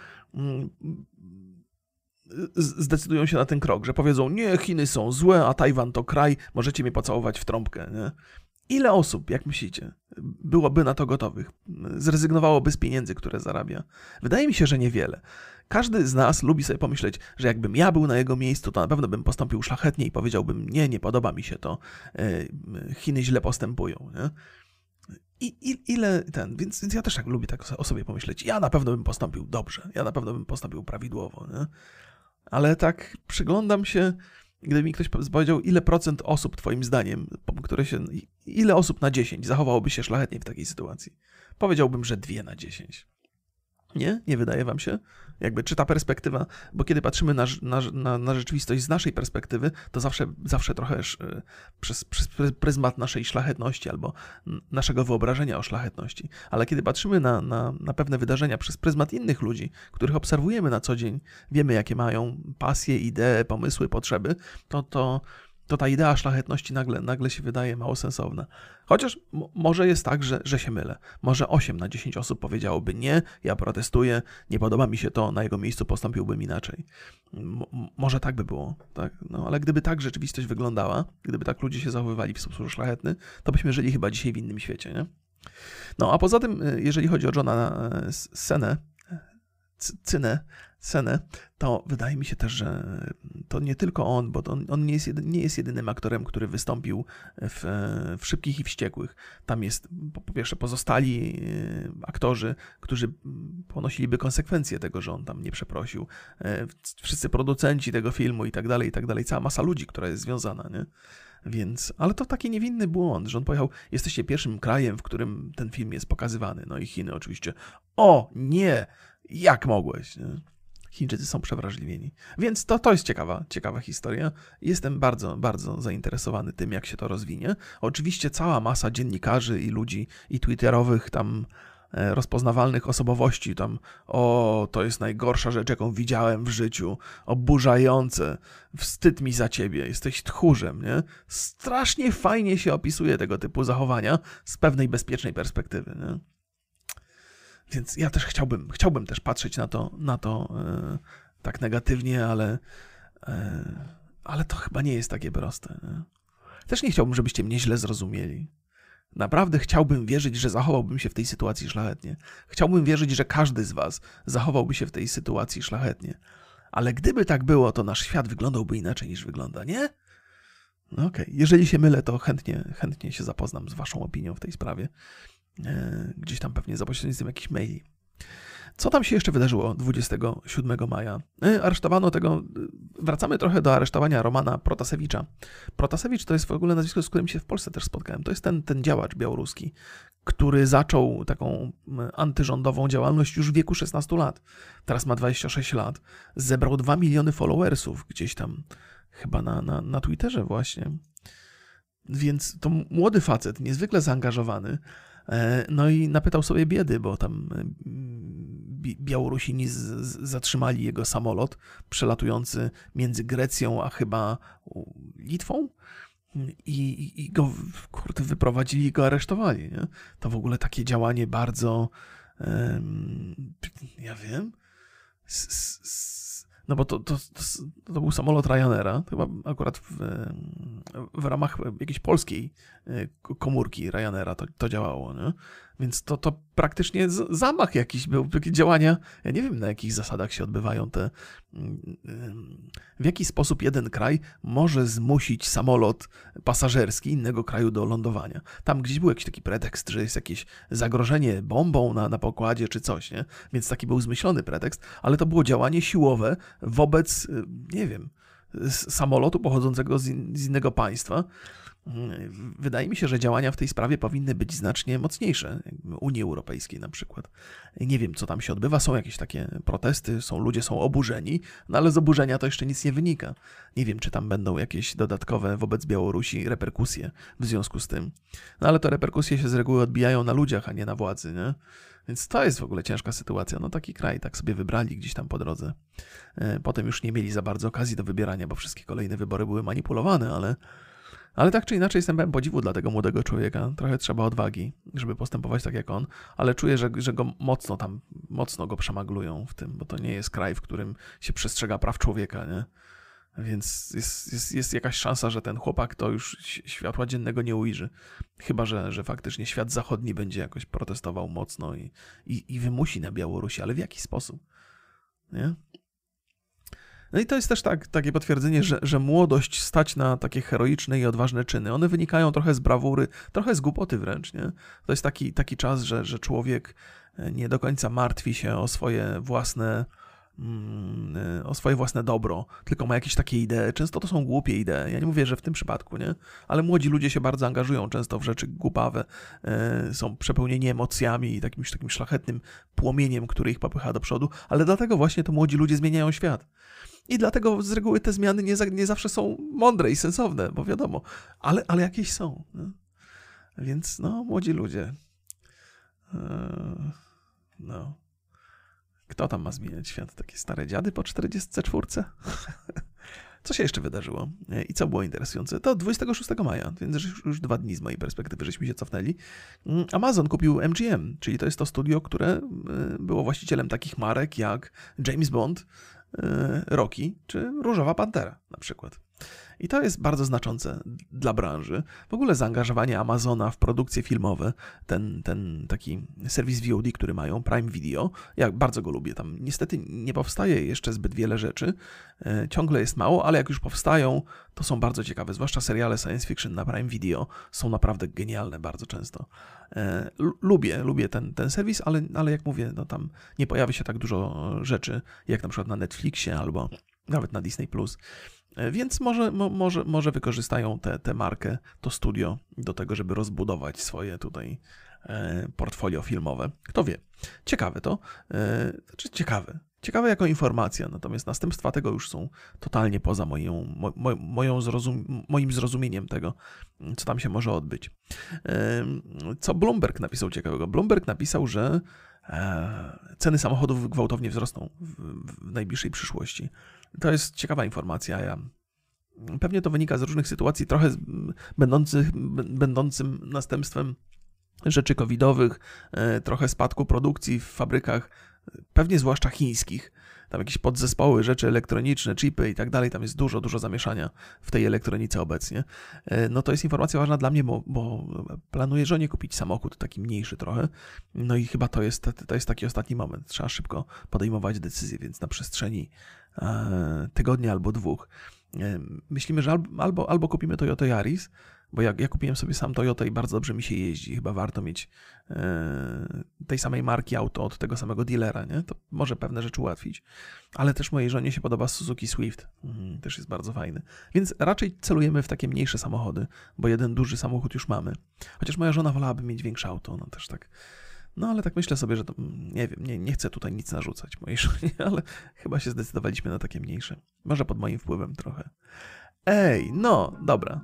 zdecydują się na ten krok, że powiedzą, nie, Chiny są złe, a Tajwan to kraj, możecie mnie pocałować w trąbkę. Nie? Ile osób, jak myślicie, byłoby na to gotowych? Zrezygnowałoby z pieniędzy, które zarabia? Wydaje mi się, że niewiele. Każdy z nas lubi sobie pomyśleć, że jakbym ja był na jego miejscu, to na pewno bym postąpił szlachetnie i powiedziałbym, nie, nie podoba mi się to, Chiny źle postępują. Nie? I, i ile ten, więc, więc ja też tak lubię tak o sobie pomyśleć, ja na pewno bym postąpił dobrze, ja na pewno bym postąpił prawidłowo, nie? Ale tak przyglądam się, gdyby mi ktoś powiedział, ile procent osób twoim zdaniem, które się, ile osób na dziesięć zachowałoby się szlachetnie w takiej sytuacji? Powiedziałbym, że dwie na dziesięć. Nie? Nie wydaje wam się? Jakby, czy ta perspektywa, bo kiedy patrzymy na, na, na, na rzeczywistość z naszej perspektywy, to zawsze, zawsze trochę przez, przez pryzmat naszej szlachetności albo naszego wyobrażenia o szlachetności. Ale kiedy patrzymy na, na, na pewne wydarzenia przez pryzmat innych ludzi, których obserwujemy na co dzień, wiemy jakie mają pasje, idee, pomysły, potrzeby, to to to ta idea szlachetności nagle, nagle się wydaje mało sensowna. Chociaż m- może jest tak, że, że się mylę. Może osiem na dziesięć osób powiedziałoby nie, ja protestuję, nie podoba mi się to, na jego miejscu postąpiłbym inaczej. M- może tak by było, tak? No, ale gdyby tak rzeczywistość wyglądała, gdyby tak ludzie się zachowywali w sposób szlachetny, to byśmy żyli chyba dzisiaj w innym świecie, nie? No a poza tym, jeżeli chodzi o Johna Cenę, Cynę, scenę, to wydaje mi się też, że to nie tylko on, bo on, on nie, jest jedy, nie jest jedynym aktorem, który wystąpił w, w Szybkich i Wściekłych. Tam jest po, po pierwsze pozostali aktorzy, którzy ponosiliby konsekwencje tego, że on tam nie przeprosił. Wszyscy producenci tego filmu i tak dalej, i tak dalej. Cała masa ludzi, która jest związana, nie? Więc, ale to taki niewinny błąd, że on pojechał, jesteście pierwszym krajem, w którym ten film jest pokazywany. No i Chiny oczywiście. O, nie! Jak mogłeś? Nie? Chińczycy są przewrażliwieni. Więc to, to jest ciekawa, ciekawa historia. Jestem bardzo, bardzo zainteresowany tym, jak się to rozwinie. Oczywiście cała masa dziennikarzy i ludzi i twitterowych tam rozpoznawalnych osobowości tam, o, to jest najgorsza rzecz, jaką widziałem w życiu, oburzające, wstyd mi za ciebie, jesteś tchórzem, nie? Strasznie fajnie się opisuje tego typu zachowania z pewnej bezpiecznej perspektywy, nie? Więc ja też chciałbym, chciałbym też patrzeć na to, na to e, tak negatywnie, ale, e, ale to chyba nie jest takie proste, nie? Też nie chciałbym, żebyście mnie źle zrozumieli. Naprawdę chciałbym wierzyć, że zachowałbym się w tej sytuacji szlachetnie. Chciałbym wierzyć, że każdy z was zachowałby się w tej sytuacji szlachetnie. Ale gdyby tak było, to nasz świat wyglądałby inaczej niż wygląda, nie? No okej, okay. Jeżeli się mylę, to chętnie, chętnie się zapoznam z waszą opinią w tej sprawie. Eee, gdzieś tam pewnie za pośrednictwem jakichś maili. Co tam się jeszcze wydarzyło dwudziestego siódmego maja? E, aresztowano tego, wracamy trochę do aresztowania Romana Protasewicza. Protasewicz to jest w ogóle nazwisko, z którym się w Polsce też spotkałem. To jest ten, ten działacz białoruski, który zaczął taką antyrządową działalność już w wieku szesnastu lat. Teraz ma dwadzieścia sześć lat. Zebrał dwa miliony followersów gdzieś tam, chyba na, na, na Twitterze właśnie. Więc to młody facet, niezwykle zaangażowany. No i napytał sobie biedy, bo tam Białorusini z, z, zatrzymali jego samolot przelatujący między Grecją a chyba Litwą i, i go kurde, wyprowadzili i go aresztowali. Nie? To w ogóle takie działanie bardzo, um, ja wiem, s, s, no bo to, to, to, to był samolot Ryanaira, chyba akurat w, w ramach jakiejś polskiej komórki Ryanaira to, to działało, nie? Więc to, to praktycznie zamach jakiś był, takie działania, ja nie wiem na jakich zasadach się odbywają te, w jaki sposób jeden kraj może zmusić samolot pasażerski innego kraju do lądowania. Tam gdzieś był jakiś taki pretekst, że jest jakieś zagrożenie bombą na, na pokładzie czy coś, nie? Więc taki był zmyślony pretekst, ale to było działanie siłowe wobec, nie wiem, samolotu pochodzącego z, in, z innego państwa. Wydaje mi się, że działania w tej sprawie powinny być znacznie mocniejsze. Unii Europejskiej na przykład. Nie wiem, co tam się odbywa. Są jakieś takie protesty, są ludzie są oburzeni, no ale z oburzenia to jeszcze nic nie wynika. Nie wiem, czy tam będą jakieś dodatkowe wobec Białorusi reperkusje w związku z tym. No ale te reperkusje się z reguły odbijają na ludziach, a nie na władzy, nie? Więc to jest w ogóle ciężka sytuacja. No taki kraj tak sobie wybrali gdzieś tam po drodze. Potem już nie mieli za bardzo okazji do wybierania, bo wszystkie kolejne wybory były manipulowane, ale Ale tak czy inaczej jestem pełen podziwu dla tego młodego człowieka. Trochę trzeba odwagi, żeby postępować tak jak on, ale czuję, że, że go mocno tam, mocno go przemaglują w tym, bo to nie jest kraj, w którym się przestrzega praw człowieka, nie? Więc jest, jest, jest jakaś szansa, że ten chłopak to już światła dziennego nie ujrzy. Chyba, że, że faktycznie świat zachodni będzie jakoś protestował mocno i, i, i wymusi na Białorusi, ale w jaki sposób? Nie? No i to jest też tak, takie potwierdzenie, że, że młodość stać na takie heroiczne i odważne czyny. One wynikają trochę z brawury, trochę z głupoty wręcz, nie? To jest taki, taki czas, że, że człowiek nie do końca martwi się o swoje własne o swoje własne dobro, tylko ma jakieś takie idee. Często to są głupie idee. Ja nie mówię, że w tym przypadku, nie? Ale młodzi ludzie się bardzo angażują często w rzeczy głupawe. Są przepełnieni emocjami i jakimś takim szlachetnym płomieniem, który ich popycha do przodu, ale dlatego właśnie to młodzi ludzie zmieniają świat. I dlatego z reguły te zmiany nie, za, nie zawsze są mądre i sensowne, bo wiadomo, ale, ale jakieś są. Nie? Więc no, młodzi ludzie. No. Kto tam ma zmieniać świat? Takie stare dziady po czterdziestce czwórce? Co się jeszcze wydarzyło i co było interesujące? To dwudziestego szóstego maja, więc już, już dwa dni z mojej perspektywy, żeśmy się cofnęli. Amazon kupił M G M, czyli to jest to studio, które było właścicielem takich marek jak James Bond, Rocky czy Różowa Pantera na przykład. I to jest bardzo znaczące dla branży. W ogóle zaangażowanie Amazona w produkcje filmowe, ten, ten taki serwis V O D, który mają, Prime Video, ja bardzo go lubię. Tam niestety nie powstaje jeszcze zbyt wiele rzeczy, ciągle jest mało, ale jak już powstają, to są bardzo ciekawe, zwłaszcza seriale science fiction na Prime Video są naprawdę genialne bardzo często. Lubię, lubię ten, ten serwis, ale, ale jak mówię, no tam nie pojawi się tak dużo rzeczy, jak na przykład na Netflixie albo nawet na Disney plus. Więc może, mo, może, może wykorzystają tę markę, to studio do tego, żeby rozbudować swoje tutaj e, portfolio filmowe. Kto wie. Ciekawe to. E, znaczy ciekawe. Ciekawe jako informacja, natomiast następstwa tego już są totalnie poza moją, mo, moją zrozum, moim zrozumieniem tego, co tam się może odbyć. E, co Bloomberg napisał ciekawego? Bloomberg napisał, że e, ceny samochodów gwałtownie wzrosną w, w najbliższej przyszłości. To jest ciekawa informacja. Ja, pewnie to wynika z różnych sytuacji, trochę będących, będącym następstwem rzeczy covidowych, trochę spadku produkcji w fabrykach, pewnie zwłaszcza chińskich. Tam jakieś podzespoły, rzeczy elektroniczne, chipy i tak dalej. Tam jest dużo, dużo zamieszania w tej elektronice obecnie. No to jest informacja ważna dla mnie, bo, bo planuję żonie kupić samochód taki mniejszy trochę. No i chyba to jest, to jest taki ostatni moment. Trzeba szybko podejmować decyzje, więc na przestrzeni e, tygodnia albo dwóch e, myślimy, że albo, albo, albo kupimy Toyota Yaris, bo ja, ja kupiłem sobie sam Toyota i bardzo dobrze mi się jeździ. Chyba warto mieć e, tej samej marki auto od tego samego dealera, nie? To może pewne rzeczy ułatwić. Ale też mojej żonie się podoba Suzuki Swift. Mhm, też jest bardzo fajny. Więc raczej celujemy w takie mniejsze samochody, bo jeden duży samochód już mamy. Chociaż moja żona wolałaby mieć większe auto, no też tak. No ale tak myślę sobie, że to, nie wiem, nie, nie chcę tutaj nic narzucać mojej żonie, ale chyba się zdecydowaliśmy na takie mniejsze. Może pod moim wpływem trochę. Ej, no, dobra.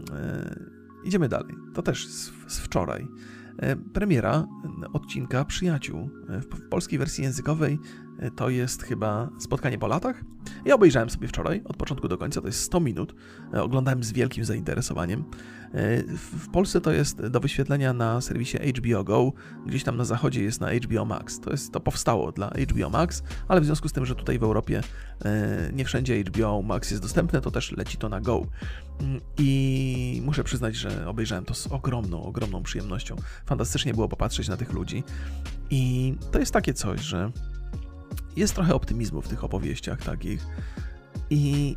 Yy, idziemy dalej. To też z, z wczoraj. Yy, premiera odcinka Przyjaciół. Yy, w, w polskiej wersji językowej yy, to jest chyba Spotkanie po latach. Ja obejrzałem sobie wczoraj, od początku do końca, to jest sto minut. Yy, oglądałem z wielkim zainteresowaniem. Yy, w, w Polsce to jest do wyświetlenia na serwisie H B O Go. Gdzieś tam na zachodzie jest na H B O Max. To, jest, to powstało dla H B O Max, ale w związku z tym, że tutaj w Europie yy, nie wszędzie H B O Max jest dostępne, to też leci to na Go. I muszę przyznać, że obejrzałem to z ogromną, ogromną przyjemnością. Fantastycznie było popatrzeć na tych ludzi. I to jest takie coś, że jest trochę optymizmu w tych opowieściach takich. I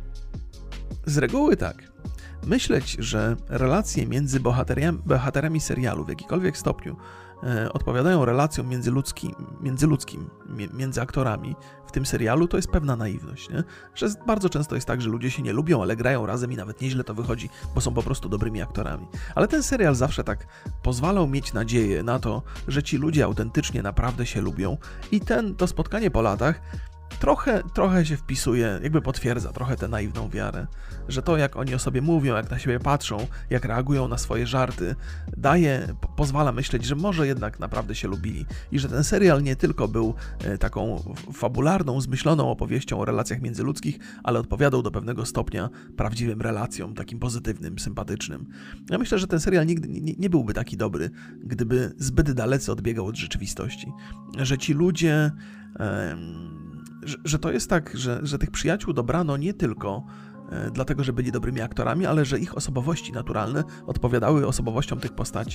z reguły tak. Myśleć, że relacje między bohaterami, bohaterami serialu w jakikolwiek stopniu e, odpowiadają relacjom międzyludzkim, międzyludzkim, między aktorami w tym serialu, to jest pewna naiwność, nie? Że bardzo często jest tak, że ludzie się nie lubią, ale grają razem i nawet nieźle to wychodzi, bo są po prostu dobrymi aktorami. Ale ten serial zawsze tak pozwalał mieć nadzieję na to, że ci ludzie autentycznie naprawdę się lubią i ten, to spotkanie po latach Trochę, trochę się wpisuje, jakby potwierdza trochę tę naiwną wiarę, że to jak oni o sobie mówią, jak na siebie patrzą, jak reagują na swoje żarty, daje, po, pozwala myśleć, że może jednak naprawdę się lubili i że ten serial nie tylko był e, taką fabularną, zmyśloną opowieścią o relacjach międzyludzkich, ale odpowiadał do pewnego stopnia prawdziwym relacjom, takim pozytywnym, sympatycznym. Ja myślę, że ten serial nigdy nie, nie byłby taki dobry, gdyby zbyt dalece odbiegał od rzeczywistości, że ci ludzie... E, Że, że to jest tak, że, że tych przyjaciół dobrano nie tylko e, dlatego, że byli dobrymi aktorami, ale że ich osobowości naturalne odpowiadały osobowościom tych postaci.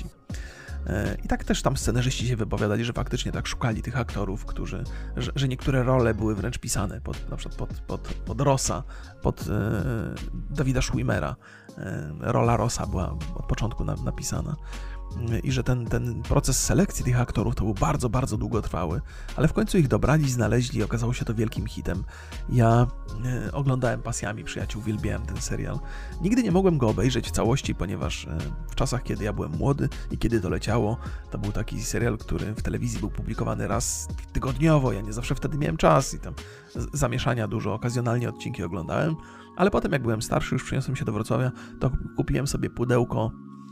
E, I tak też tam scenarzyści się wypowiadali, że faktycznie tak szukali tych aktorów, którzy, że, że niektóre role były wręcz pisane, pod, na przykład pod, pod, pod Rossa, pod e, Davida Schwimmera. E, rola Rossa była od początku na, napisana. I że ten, ten proces selekcji tych aktorów to był bardzo, bardzo długotrwały, ale w końcu ich dobrali, znaleźli i okazało się to wielkim hitem. Ja e, oglądałem pasjami Przyjaciół, uwielbiałem ten serial. Nigdy nie mogłem go obejrzeć w całości, ponieważ e, w czasach, kiedy ja byłem młody i kiedy to leciało, to był taki serial, który w telewizji był publikowany raz tygodniowo, ja nie zawsze wtedy miałem czas i tam zamieszania dużo, okazjonalnie odcinki oglądałem, ale potem jak byłem starszy, już przyniosłem się do Wrocławia, to kupiłem sobie pudełko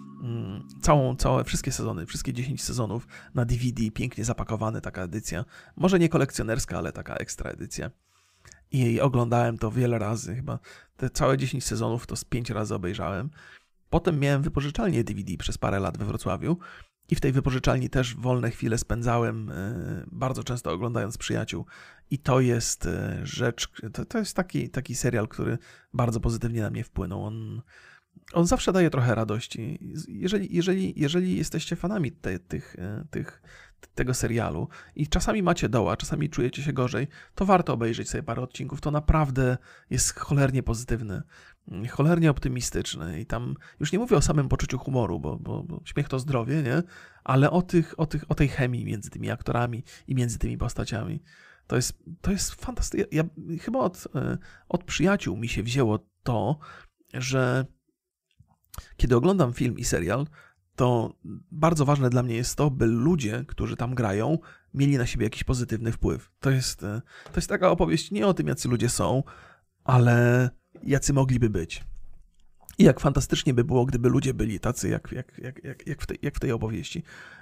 Całą, całe, wszystkie sezony, wszystkie dziesięć sezonów na D V D, pięknie zapakowane, taka edycja. Może nie kolekcjonerska, ale taka ekstra edycja. I oglądałem to wiele razy, chyba te całe dziesięć sezonów to z pięć razy obejrzałem. Potem miałem wypożyczalnię D V D przez parę lat we Wrocławiu I w tej wypożyczalni też wolne chwile spędzałem, bardzo często oglądając Przyjaciół. I to jest rzecz, to, to jest taki, taki serial, który bardzo pozytywnie na mnie wpłynął. On, on zawsze daje trochę radości. Jeżeli, jeżeli, jeżeli jesteście fanami te, tych, tych, tego serialu i czasami macie doła, czasami czujecie się gorzej, to warto obejrzeć sobie parę odcinków. To naprawdę jest cholernie pozytywne, cholernie optymistyczne i tam już nie mówię o samym poczuciu humoru, bo, bo, bo śmiech to zdrowie, nie? Ale o, tych, o, tych, o tej chemii między tymi aktorami i między tymi postaciami. To jest, to jest fantastyczne. Ja, ja chyba od, od Przyjaciół mi się wzięło to, że kiedy oglądam film i serial, to bardzo ważne dla mnie jest to, by ludzie, którzy tam grają, mieli na siebie jakiś pozytywny wpływ. To jest, to jest taka opowieść nie o tym, jacy ludzie są, ale jacy mogliby być. I jak fantastycznie by było, gdyby ludzie byli tacy, jak, jak, jak, jak, jak, w, tej, jak w tej opowieści.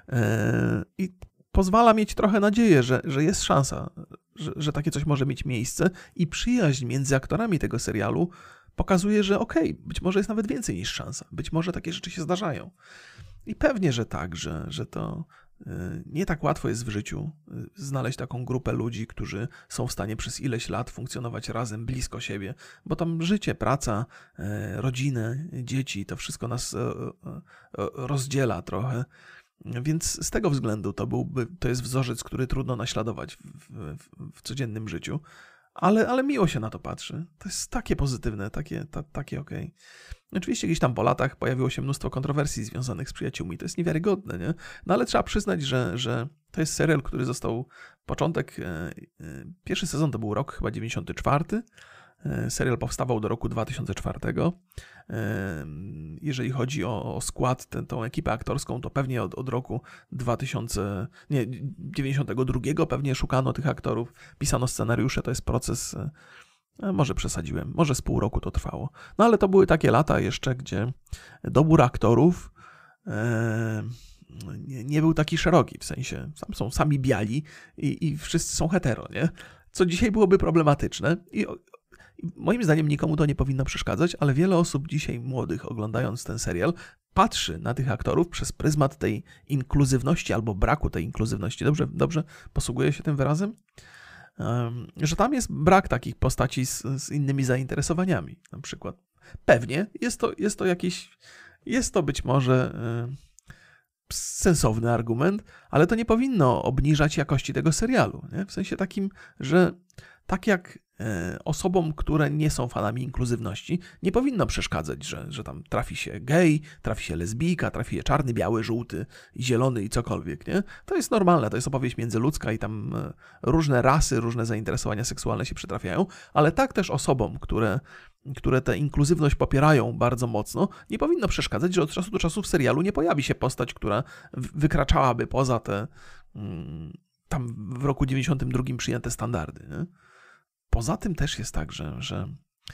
I pozwala mieć trochę nadzieję, że, że jest szansa, że, że takie coś może mieć miejsce i przyjaźń między aktorami tego serialu pokazuje, że okej, okay, być może jest nawet więcej niż szansa. Być może takie rzeczy się zdarzają. I pewnie, że tak, że, że to nie tak łatwo jest w życiu znaleźć taką grupę ludzi, którzy są w stanie przez ileś lat funkcjonować razem, blisko siebie, bo tam życie, praca, rodziny, dzieci, to wszystko nas rozdziela trochę. Więc z tego względu to byłby, to jest wzorzec, który trudno naśladować w, w, w codziennym życiu. Ale, ale miło się na to patrzy. To jest takie pozytywne, takie, ta, takie okej. Okay. Oczywiście gdzieś tam po latach pojawiło się mnóstwo kontrowersji związanych z Przyjaciółmi. To jest niewiarygodne, nie? No ale trzeba przyznać, że, że to jest serial, który został początek... E, e, pierwszy sezon to był rok chyba dziewięćdziesiąty czwarty. E, serial powstawał do roku dwa tysiące czwartego. E, jeżeli chodzi o, o skład, tę, tą ekipę aktorską, to pewnie od, od roku dwa tysiące, nie, dziewięćdziesiątego drugiego pewnie szukano tych aktorów, pisano scenariusze, to jest proces... E, Może przesadziłem, może z pół roku to trwało. No ale to były takie lata jeszcze, gdzie dobór aktorów e, nie, nie był taki szeroki, w sensie tam są sami biali i, i wszyscy są hetero, nie? Co dzisiaj byłoby problematyczne i, i moim zdaniem nikomu to nie powinno przeszkadzać, ale wiele osób dzisiaj młodych, oglądając ten serial, patrzy na tych aktorów przez pryzmat tej inkluzywności albo braku tej inkluzywności. Dobrze, dobrze posługuję się tym wyrazem? Że tam jest brak takich postaci z, z innymi zainteresowaniami, na przykład. Pewnie jest to, jest to jakiś, jest to być może y, sensowny argument, ale to nie powinno obniżać jakości tego serialu, nie? W sensie takim, że tak jak y, osobom, które nie są fanami inkluzywności, nie powinno przeszkadzać, że, że tam trafi się gej, trafi się lesbijka, trafi się czarny, biały, żółty, zielony i cokolwiek, nie? To jest normalne, to jest opowieść międzyludzka i tam y, różne rasy, różne zainteresowania seksualne się przytrafiają, ale tak też osobom, które, które tę inkluzywność popierają bardzo mocno, nie powinno przeszkadzać, że od czasu do czasu w serialu nie pojawi się postać, która wykraczałaby poza te y, tam w roku dziewięćdziesiątym drugim przyjęte standardy, nie? Poza tym też jest tak, że, że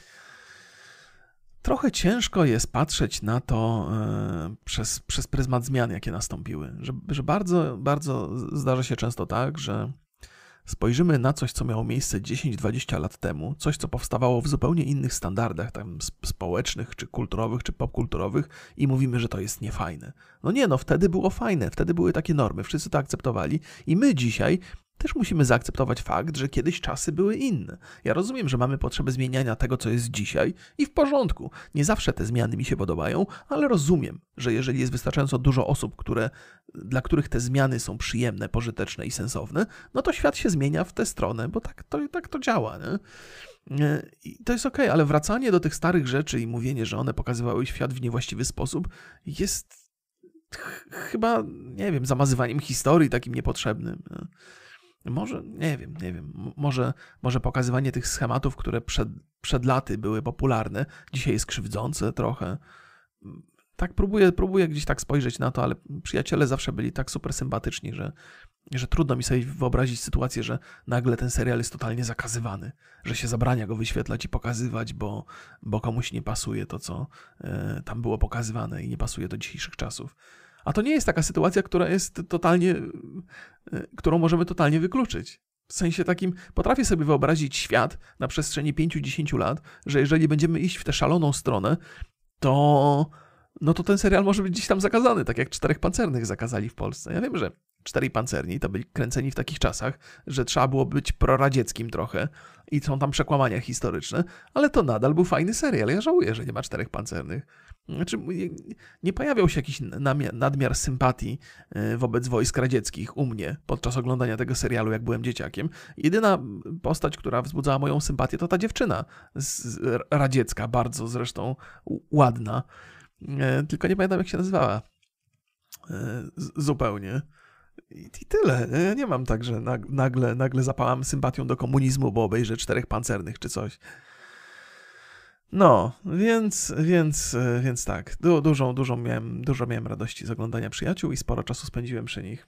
trochę ciężko jest patrzeć na to e, przez, przez pryzmat zmian, jakie nastąpiły. Że, że bardzo, bardzo zdarza się często tak, że spojrzymy na coś, co miało miejsce dziesięć dwadzieścia lat temu, coś, co powstawało w zupełnie innych standardach, tam społecznych, czy kulturowych, czy popkulturowych i mówimy, że to jest niefajne. No nie, no wtedy było fajne, wtedy były takie normy, wszyscy to akceptowali i my dzisiaj też musimy zaakceptować fakt, że kiedyś czasy były inne. Ja rozumiem, że mamy potrzebę zmieniania tego, co jest dzisiaj i w porządku. Nie zawsze te zmiany mi się podobają, ale rozumiem, że jeżeli jest wystarczająco dużo osób, które, dla których te zmiany są przyjemne, pożyteczne i sensowne, no to świat się zmienia w tę stronę, bo tak to, tak to działa, nie? I to jest okej, okay, ale wracanie do tych starych rzeczy i mówienie, że one pokazywały świat w niewłaściwy sposób jest ch- chyba, nie wiem, zamazywaniem historii takim niepotrzebnym. Nie? Może, nie wiem, nie wiem, może, może pokazywanie tych schematów, które przed, przed laty były popularne, dzisiaj jest krzywdzące trochę. Tak próbuję, próbuję gdzieś tak spojrzeć na to, ale przyjaciele zawsze byli tak super sympatyczni, że, że trudno mi sobie wyobrazić sytuację, że nagle ten serial jest totalnie zakazywany, że się zabrania go wyświetlać i pokazywać, bo, bo komuś nie pasuje to, co y, tam było pokazywane i nie pasuje do dzisiejszych czasów. A to nie jest taka sytuacja, która jest totalnie, którą możemy totalnie wykluczyć. W sensie takim, potrafię sobie wyobrazić świat na przestrzeni pięciu do dziesięciu lat, że jeżeli będziemy iść w tę szaloną stronę, to no to ten serial może być gdzieś tam zakazany, tak jak Czterech Pancernych zakazali w Polsce. Ja wiem, że Czterej Pancerni to byli kręceni w takich czasach, że trzeba było być proradzieckim trochę i są tam przekłamania historyczne, ale to nadal był fajny serial. Ja żałuję, że nie ma Czterech Pancernych. Znaczy, nie pojawiał się jakiś nadmiar sympatii wobec wojsk radzieckich u mnie podczas oglądania tego serialu, jak byłem dzieciakiem. Jedyna postać, która wzbudzała moją sympatię, to ta dziewczyna z radziecka, bardzo zresztą ładna. Tylko nie pamiętam, jak się nazywała. Zupełnie. I tyle. Ja nie mam tak, że nagle, nagle zapałam sympatią do komunizmu, bo obejrzę Czterech Pancernych czy coś. No, więc, więc, więc tak. Du, dużą, dużą miałem, dużo miałem radości z oglądania Przyjaciół i sporo czasu spędziłem przy nich.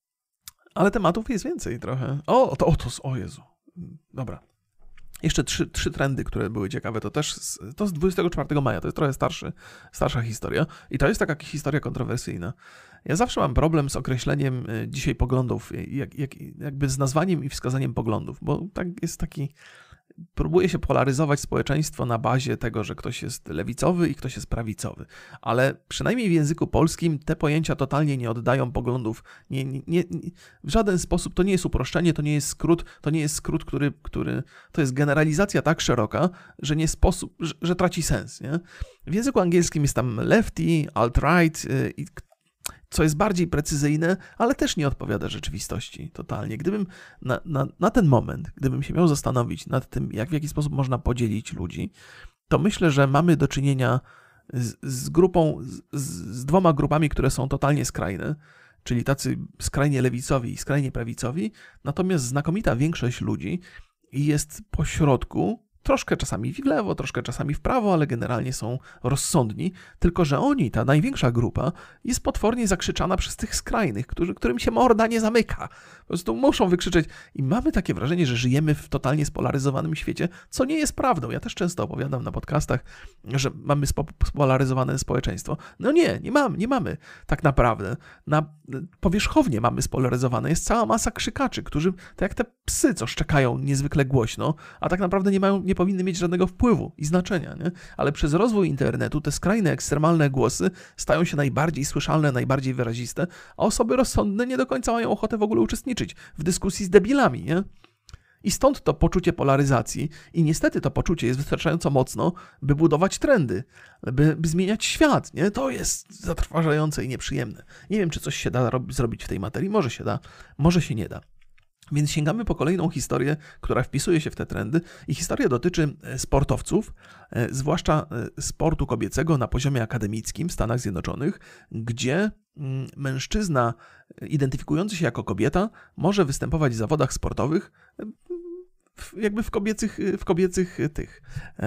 Ale tematów jest więcej trochę. O, to, o, to, o Jezu. Dobra. Jeszcze trzy, trzy trendy, które były ciekawe, to też z, to z dwudziestego czwartego maja, to jest trochę starszy, starsza historia i to jest taka historia kontrowersyjna. Ja zawsze mam problem z określeniem dzisiaj poglądów, jak, jak, jakby z nazwaniem i wskazaniem poglądów, bo tak jest taki... Próbuje się polaryzować społeczeństwo na bazie tego, że ktoś jest lewicowy i ktoś jest prawicowy. Ale przynajmniej w języku polskim te pojęcia totalnie nie oddają poglądów. Nie, nie, nie, w żaden sposób to nie jest uproszczenie, to nie jest skrót, to nie jest skrót, który, który to jest generalizacja tak szeroka, że nie sposób, że, że traci sens. Nie? W języku angielskim jest tam lefty, alt-right i co jest bardziej precyzyjne, ale też nie odpowiada rzeczywistości totalnie. Gdybym na, na, na ten moment, gdybym się miał zastanowić nad tym, jak w jaki sposób można podzielić ludzi, to myślę, że mamy do czynienia z, z grupą, z, z dwoma grupami, które są totalnie skrajne, czyli tacy skrajnie lewicowi i skrajnie prawicowi, natomiast znakomita większość ludzi jest pośrodku, troszkę czasami w lewo, troszkę czasami w prawo, ale generalnie są rozsądni, tylko że oni, ta największa grupa, jest potwornie zakrzyczana przez tych skrajnych, którzy, którym się morda nie zamyka. Po prostu muszą wykrzyczeć i mamy takie wrażenie, że żyjemy w totalnie spolaryzowanym świecie, co nie jest prawdą. Ja też często opowiadam na podcastach, że mamy spolaryzowane społeczeństwo. No nie, nie mamy, nie mamy tak naprawdę. Na powierzchownie mamy spolaryzowane. Jest cała masa krzykaczy, którzy, tak jak te psy, co szczekają niezwykle głośno, a tak naprawdę nie mają, nie powinny mieć żadnego wpływu i znaczenia, nie? Ale przez rozwój internetu te skrajne, ekstremalne głosy stają się najbardziej słyszalne, najbardziej wyraziste, a osoby rozsądne nie do końca mają ochotę w ogóle uczestniczyć w dyskusji z debilami, nie? I stąd to poczucie polaryzacji i niestety to poczucie jest wystarczająco mocno, by budować trendy, by, by zmieniać świat, nie? To jest zatrważające i nieprzyjemne. Nie wiem, czy coś się da rob- zrobić w tej materii, może się da, może się nie da. Więc sięgamy po kolejną historię, która wpisuje się w te trendy i historia dotyczy sportowców, zwłaszcza sportu kobiecego na poziomie akademickim w Stanach Zjednoczonych, gdzie mężczyzna identyfikujący się jako kobieta może występować w zawodach sportowych jakby w kobiecych, w kobiecych tych,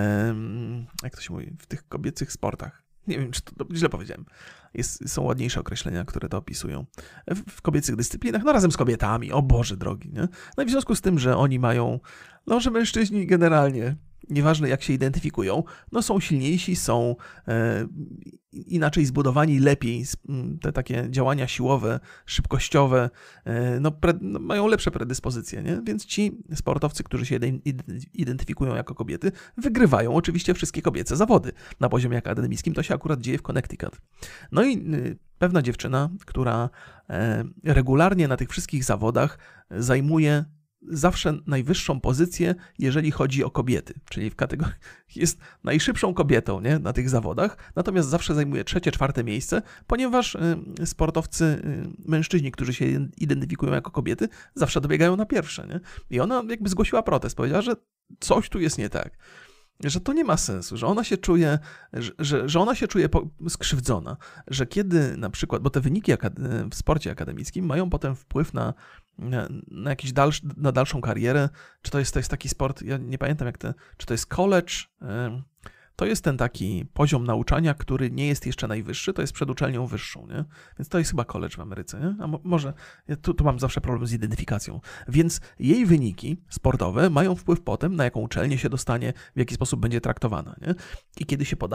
jak to się mówi, w tych kobiecych sportach. Nie wiem, czy to źle powiedziałem. Jest, są ładniejsze określenia, które to opisują. W, w kobiecych dyscyplinach, no razem z kobietami, o Boże drogi, nie? No i w związku z tym, że oni mają, no że mężczyźni generalnie, nieważne jak się identyfikują, no są silniejsi, są e, inaczej zbudowani, lepiej, te takie działania siłowe, szybkościowe, e, no, pre, no mają lepsze predyspozycje, nie? Więc ci sportowcy, którzy się identyfikują jako kobiety, wygrywają oczywiście wszystkie kobiece zawody. Na poziomie akademickim to się akurat dzieje w Connecticut. No i y, pewna dziewczyna, która e, regularnie na tych wszystkich zawodach zajmuje zawsze najwyższą pozycję, jeżeli chodzi o kobiety, czyli w kategorii jest najszybszą kobietą, nie, na tych zawodach, natomiast zawsze zajmuje trzecie, czwarte miejsce, ponieważ y, sportowcy, y, mężczyźni, którzy się identyfikują jako kobiety, zawsze dobiegają na pierwsze, nie? I ona jakby zgłosiła protest, powiedziała, że coś tu jest nie tak. Że to nie ma sensu, że ona się czuje, że, że, że ona się czuje skrzywdzona, że kiedy na przykład, bo te wyniki akad- w sporcie akademickim mają potem wpływ na, na, na jakiś dalsz, na dalszą karierę, czy to jest, to jest taki sport, ja nie pamiętam jak to, czy to jest college, to jest ten taki poziom nauczania, który nie jest jeszcze najwyższy, to jest przed uczelnią wyższą, nie? Więc to jest chyba college w Ameryce, nie? A mo- może, ja tu, tu mam zawsze problem z identyfikacją. Więc jej wyniki sportowe mają wpływ potem, na jaką uczelnię się dostanie, w jaki sposób będzie traktowana, nie? I kiedy się podaje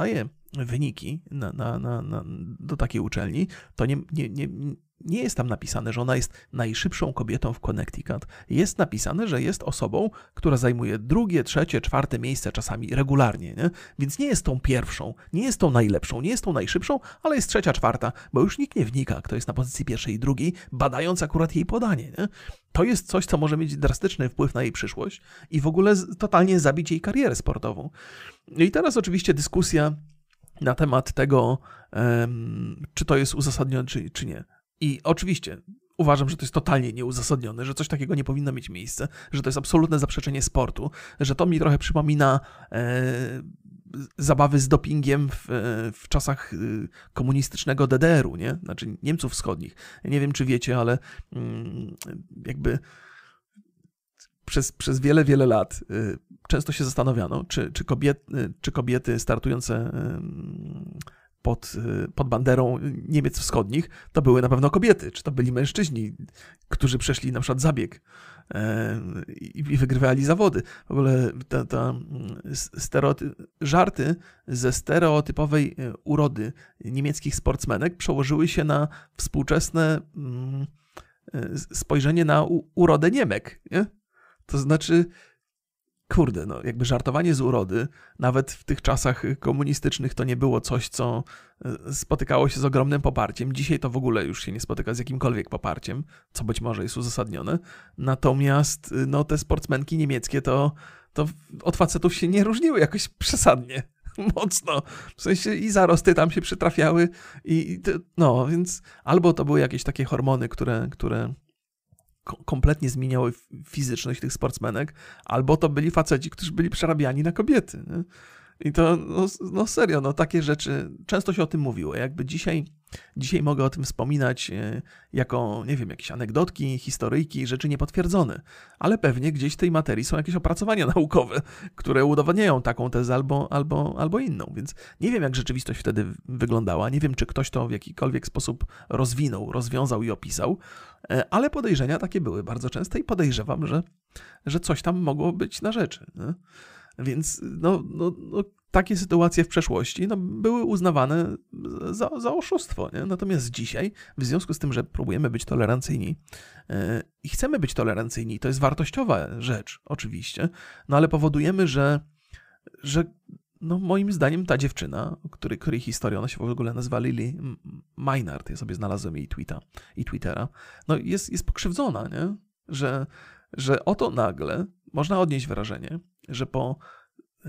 wyniki na, na, na, na, do takiej uczelni, to nie, nie, nie, nie jest tam napisane, że ona jest najszybszą kobietą w Connecticut. Jest napisane, że jest osobą, która zajmuje drugie, trzecie, czwarte miejsce czasami regularnie, nie? Więc nie jest tą pierwszą, nie jest tą najlepszą, nie jest tą najszybszą, ale jest trzecia, czwarta, bo już nikt nie wnika, kto jest na pozycji pierwszej i drugiej, badając akurat jej podanie, nie? To jest coś, co może mieć drastyczny wpływ na jej przyszłość i w ogóle totalnie zabić jej karierę sportową. I teraz oczywiście dyskusja na temat tego, um, czy to jest uzasadnione, czy, czy nie. I oczywiście uważam, że to jest totalnie nieuzasadnione, że coś takiego nie powinno mieć miejsca, że to jest absolutne zaprzeczenie sportu, że to mi trochę przypomina e, zabawy z dopingiem w, w czasach komunistycznego D D R-u, nie? Znaczy Niemców Wschodnich. Nie wiem, czy wiecie, ale mm, jakby przez, przez wiele, wiele lat y, często się zastanawiano, czy, czy, kobiet, y, czy kobiety startujące y, pod, pod banderą Niemiec Wschodnich, to były na pewno kobiety, czy to byli mężczyźni, którzy przeszli na przykład zabieg e, i, i wygrywali zawody. W ogóle ta, ta stereoty- żarty ze stereotypowej urody niemieckich sportsmenek przełożyły się na współczesne mm, spojrzenie na u, urodę Niemek, nie? To znaczy, kurde, no jakby żartowanie z urody, nawet w tych czasach komunistycznych to nie było coś, co spotykało się z ogromnym poparciem. Dzisiaj to w ogóle już się nie spotyka z jakimkolwiek poparciem, co być może jest uzasadnione. Natomiast no te sportsmenki niemieckie to, to od facetów się nie różniły jakoś przesadnie. Mocno. W sensie i zarosty tam się przytrafiały i no, więc albo to były jakieś takie hormony, które, które kompletnie zmieniały fizyczność tych sportsmenek, albo to byli faceci, którzy byli przerabiani na kobiety. Nie? I to, no, no serio, no takie rzeczy, często się o tym mówiło. Jakby dzisiaj, dzisiaj mogę o tym wspominać jako, nie wiem, jakieś anegdotki, historyjki, rzeczy niepotwierdzone, ale pewnie gdzieś w tej materii są jakieś opracowania naukowe, które udowadniają taką tezę albo, albo, albo inną, więc nie wiem, jak rzeczywistość wtedy wyglądała, nie wiem, czy ktoś to w jakikolwiek sposób rozwinął, rozwiązał i opisał, ale podejrzenia takie były bardzo częste i podejrzewam, że, że coś tam mogło być na rzeczy. Nie? Więc no, no, no, takie sytuacje w przeszłości no, były uznawane za, za oszustwo. Nie? Natomiast dzisiaj, w związku z tym, że próbujemy być tolerancyjni yy, i chcemy być tolerancyjni, to jest wartościowa rzecz oczywiście, no ale powodujemy, że, że no, moim zdaniem ta dziewczyna, której, której historia, ona się w ogóle nazywa Lily Maynard, ja sobie znalazłem jej tweeta i Twittera, no jest, jest pokrzywdzona, nie? Że, że oto nagle można odnieść wrażenie, że po y,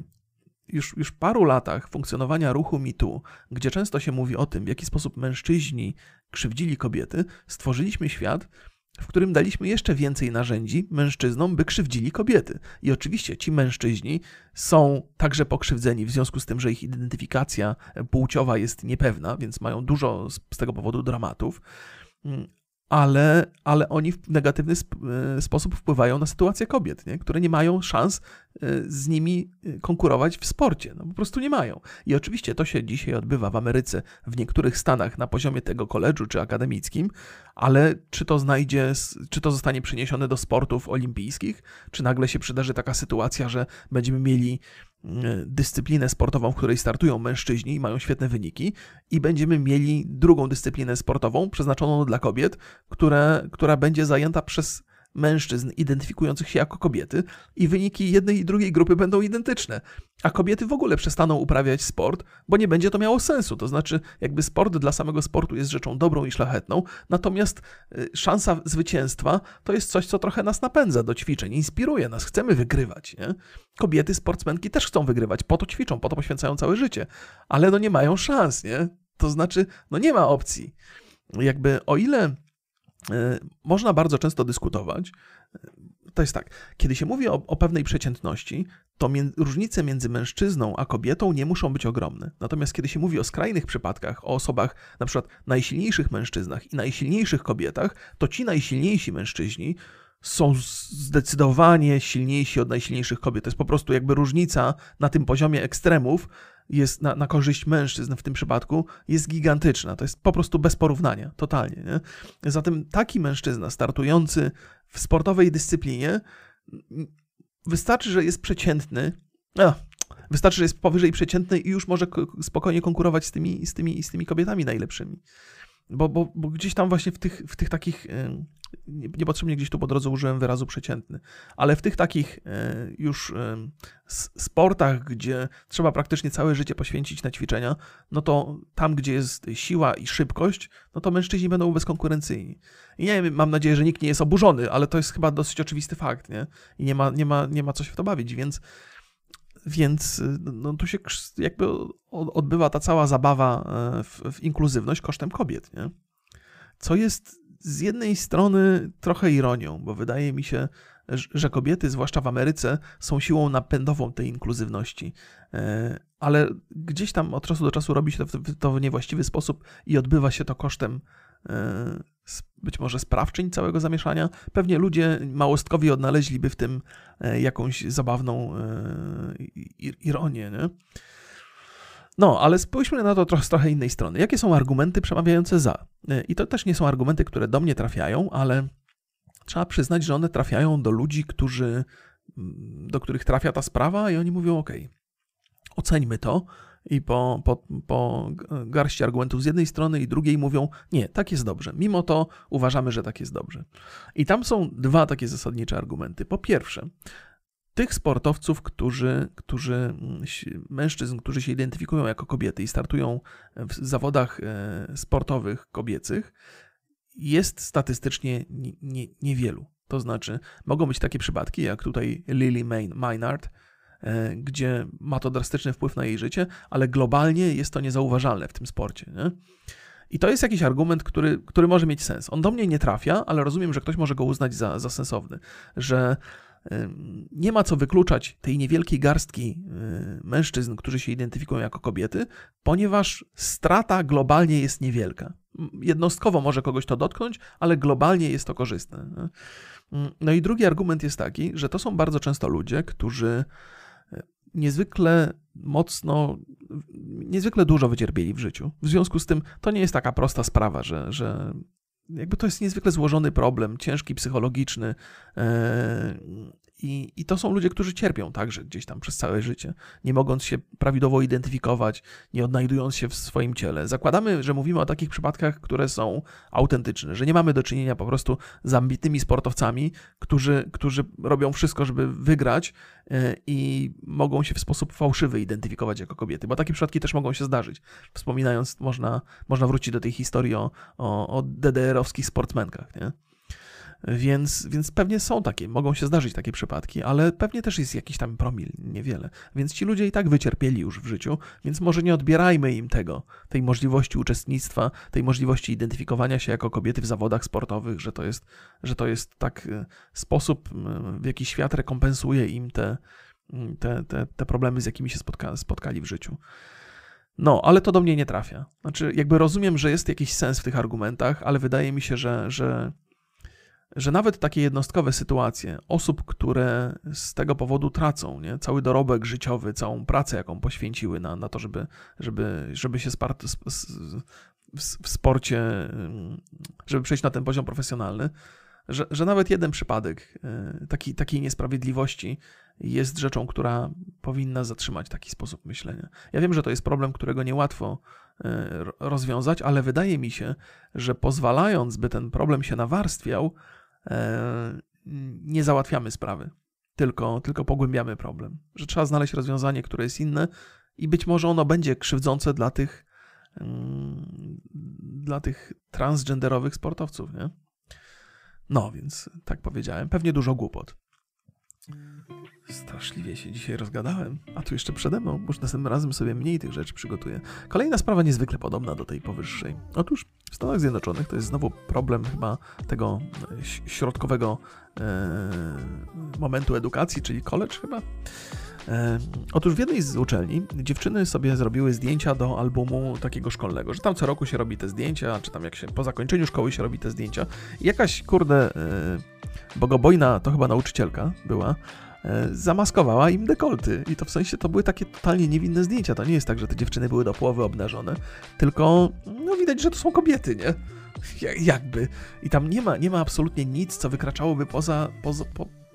już, już paru latach funkcjonowania ruchu Me Too, gdzie często się mówi o tym, w jaki sposób mężczyźni krzywdzili kobiety, stworzyliśmy świat, w którym daliśmy jeszcze więcej narzędzi mężczyznom, by krzywdzili kobiety. I oczywiście ci mężczyźni są także pokrzywdzeni w związku z tym, że ich identyfikacja płciowa jest niepewna, więc mają dużo z, z tego powodu dramatów. Ale, ale oni w negatywny sp- sposób wpływają na sytuację kobiet, nie? Które nie mają szans z nimi konkurować w sporcie. No po prostu nie mają. I oczywiście to się dzisiaj odbywa w Ameryce, w niektórych stanach na poziomie tego koledżu czy akademickim, ale czy to znajdzie, czy to zostanie przeniesione do sportów olimpijskich, czy nagle się przydarzy taka sytuacja, że będziemy mieli dyscyplinę sportową, w której startują mężczyźni i mają świetne wyniki i będziemy mieli drugą dyscyplinę sportową przeznaczoną dla kobiet, które, która będzie zajęta przez mężczyzn identyfikujących się jako kobiety i wyniki jednej i drugiej grupy będą identyczne, a kobiety w ogóle przestaną uprawiać sport, bo nie będzie to miało sensu. To znaczy jakby sport dla samego sportu jest rzeczą dobrą i szlachetną, natomiast szansa zwycięstwa to jest coś, co trochę nas napędza do ćwiczeń, inspiruje nas, chcemy wygrywać. Nie? Kobiety, sportsmenki też chcą wygrywać, po to ćwiczą, po to poświęcają całe życie, ale no nie mają szans, nie? To znaczy, no nie ma opcji. Jakby o ile można bardzo często dyskutować, to jest tak, kiedy się mówi o, o pewnej przeciętności, to mie- różnice między mężczyzną a kobietą nie muszą być ogromne. Natomiast kiedy się mówi o skrajnych przypadkach, o osobach na przykład najsilniejszych mężczyznach i najsilniejszych kobietach, to ci najsilniejsi mężczyźni są zdecydowanie silniejsi od najsilniejszych kobiet. To jest po prostu jakby różnica na tym poziomie ekstremów, jest na, na korzyść mężczyzn w tym przypadku, jest gigantyczna. To jest po prostu bez porównania, totalnie. Nie? Zatem taki mężczyzna startujący w sportowej dyscyplinie wystarczy, że jest przeciętny. A, Wystarczy, że jest powyżej przeciętnej i już może k- spokojnie konkurować z tymi, z tymi, z tymi kobietami najlepszymi. Bo, bo, bo gdzieś tam właśnie w tych, w tych takich, nie, niepotrzebnie gdzieś tu po drodze użyłem wyrazu przeciętny, ale w tych takich już sportach, gdzie trzeba praktycznie całe życie poświęcić na ćwiczenia, no to tam, gdzie jest siła i szybkość, no to mężczyźni będą bezkonkurencyjni. I nie wiem, mam nadzieję, że nikt nie jest oburzony, ale to jest chyba dosyć oczywisty fakt, nie? I nie ma, nie ma, nie ma co się w to bawić, więc Więc no, tu się jakby odbywa ta cała zabawa w, w inkluzywność kosztem kobiet, nie? Co jest z jednej strony trochę ironią, bo wydaje mi się, że kobiety, zwłaszcza w Ameryce, są siłą napędową tej inkluzywności, ale gdzieś tam od czasu do czasu robi się to w, to w niewłaściwy sposób i odbywa się to kosztem być może sprawczyń całego zamieszania. Pewnie ludzie małostkowi odnaleźliby w tym jakąś zabawną ironię, nie? No, ale spójrzmy na to trochę z trochę innej strony. Jakie są argumenty przemawiające za? I to też nie są argumenty, które do mnie trafiają, ale trzeba przyznać, że one trafiają do ludzi, którzy, do których trafia ta sprawa i oni mówią, ok, oceńmy to. I po, po, po garści argumentów z jednej strony i drugiej mówią, nie, tak jest dobrze. Mimo to uważamy, że tak jest dobrze. I tam są dwa takie zasadnicze argumenty. Po pierwsze, tych sportowców, którzy, którzy, mężczyzn, którzy się identyfikują jako kobiety i startują w zawodach sportowych kobiecych, jest statystycznie nie, nie, niewielu. To znaczy, mogą być takie przypadki, jak tutaj Lily Maynard, gdzie ma to drastyczny wpływ na jej życie, ale globalnie jest to niezauważalne w tym sporcie, nie? I to jest jakiś argument, który, który może mieć sens. On do mnie nie trafia, ale rozumiem, że ktoś może go uznać za, za sensowny, że nie ma co wykluczać tej niewielkiej garstki mężczyzn, którzy się identyfikują jako kobiety, ponieważ strata globalnie jest niewielka. Jednostkowo może kogoś to dotknąć, ale globalnie jest to korzystne. No i drugi argument jest taki, że to są bardzo często ludzie, którzy niezwykle mocno, niezwykle dużo wycierpieli w życiu. W związku z tym to nie jest taka prosta sprawa, że, że jakby to jest niezwykle złożony problem, ciężki, psychologiczny i, i to są ludzie, którzy cierpią także gdzieś tam przez całe życie, nie mogąc się prawidłowo identyfikować, nie odnajdując się w swoim ciele. Zakładamy, że mówimy o takich przypadkach, które są autentyczne, że nie mamy do czynienia po prostu z ambitnymi sportowcami, którzy, którzy robią wszystko, żeby wygrać i mogą się w sposób fałszywy identyfikować jako kobiety, bo takie przypadki też mogą się zdarzyć. Wspominając, można, można wrócić do tej historii o, o, o D D R-owskich sportsmenkach, nie? Więc, więc pewnie są takie, mogą się zdarzyć takie przypadki, ale pewnie też jest jakiś tam promil, niewiele. Więc ci ludzie i tak wycierpieli już w życiu, więc może nie odbierajmy im tego, tej możliwości uczestnictwa, tej możliwości identyfikowania się jako kobiety w zawodach sportowych, że to jest, że to jest tak sposób, w jaki świat rekompensuje im te, te, te, te problemy, z jakimi się spotka, spotkali w życiu. No, ale to do mnie nie trafia. Znaczy, jakby rozumiem, że jest jakiś sens w tych argumentach, ale wydaje mi się, że, że że nawet takie jednostkowe sytuacje osób, które z tego powodu tracą, nie? Cały dorobek życiowy, całą pracę, jaką poświęciły na, na to, żeby, żeby, żeby się spart, w, w sporcie, żeby przejść na ten poziom profesjonalny, że, że nawet jeden przypadek taki, takiej niesprawiedliwości jest rzeczą, która powinna zatrzymać taki sposób myślenia. Ja wiem, że to jest problem, którego niełatwo rozwiązać, ale wydaje mi się, że pozwalając, by ten problem się nawarstwiał, nie załatwiamy sprawy, tylko, tylko pogłębiamy problem. Że trzeba znaleźć rozwiązanie, które jest inne i być może ono będzie krzywdzące dla tych, dla tych transgenderowych sportowców, nie? No, więc tak powiedziałem. Pewnie dużo głupot. Straszliwie się dzisiaj rozgadałem, a tu jeszcze przede mną, już następnym razem sobie mniej tych rzeczy przygotuję. Kolejna sprawa niezwykle podobna do tej powyższej. Otóż w Stanach Zjednoczonych to jest znowu problem chyba tego środkowego e, momentu edukacji, czyli college chyba. E, otóż w jednej z uczelni dziewczyny sobie zrobiły zdjęcia do albumu takiego szkolnego, że tam co roku się robi te zdjęcia, czy tam jak się po zakończeniu szkoły się robi te zdjęcia. I jakaś, kurde, e, bogobojna, to chyba nauczycielka była, zamaskowała im dekolty. I to w sensie to były takie totalnie niewinne zdjęcia. To nie jest tak, że te dziewczyny były do połowy obnażone, tylko no widać, że to są kobiety, nie? Jakby. I tam nie ma, nie ma absolutnie nic, co wykraczałoby poza, poza, po,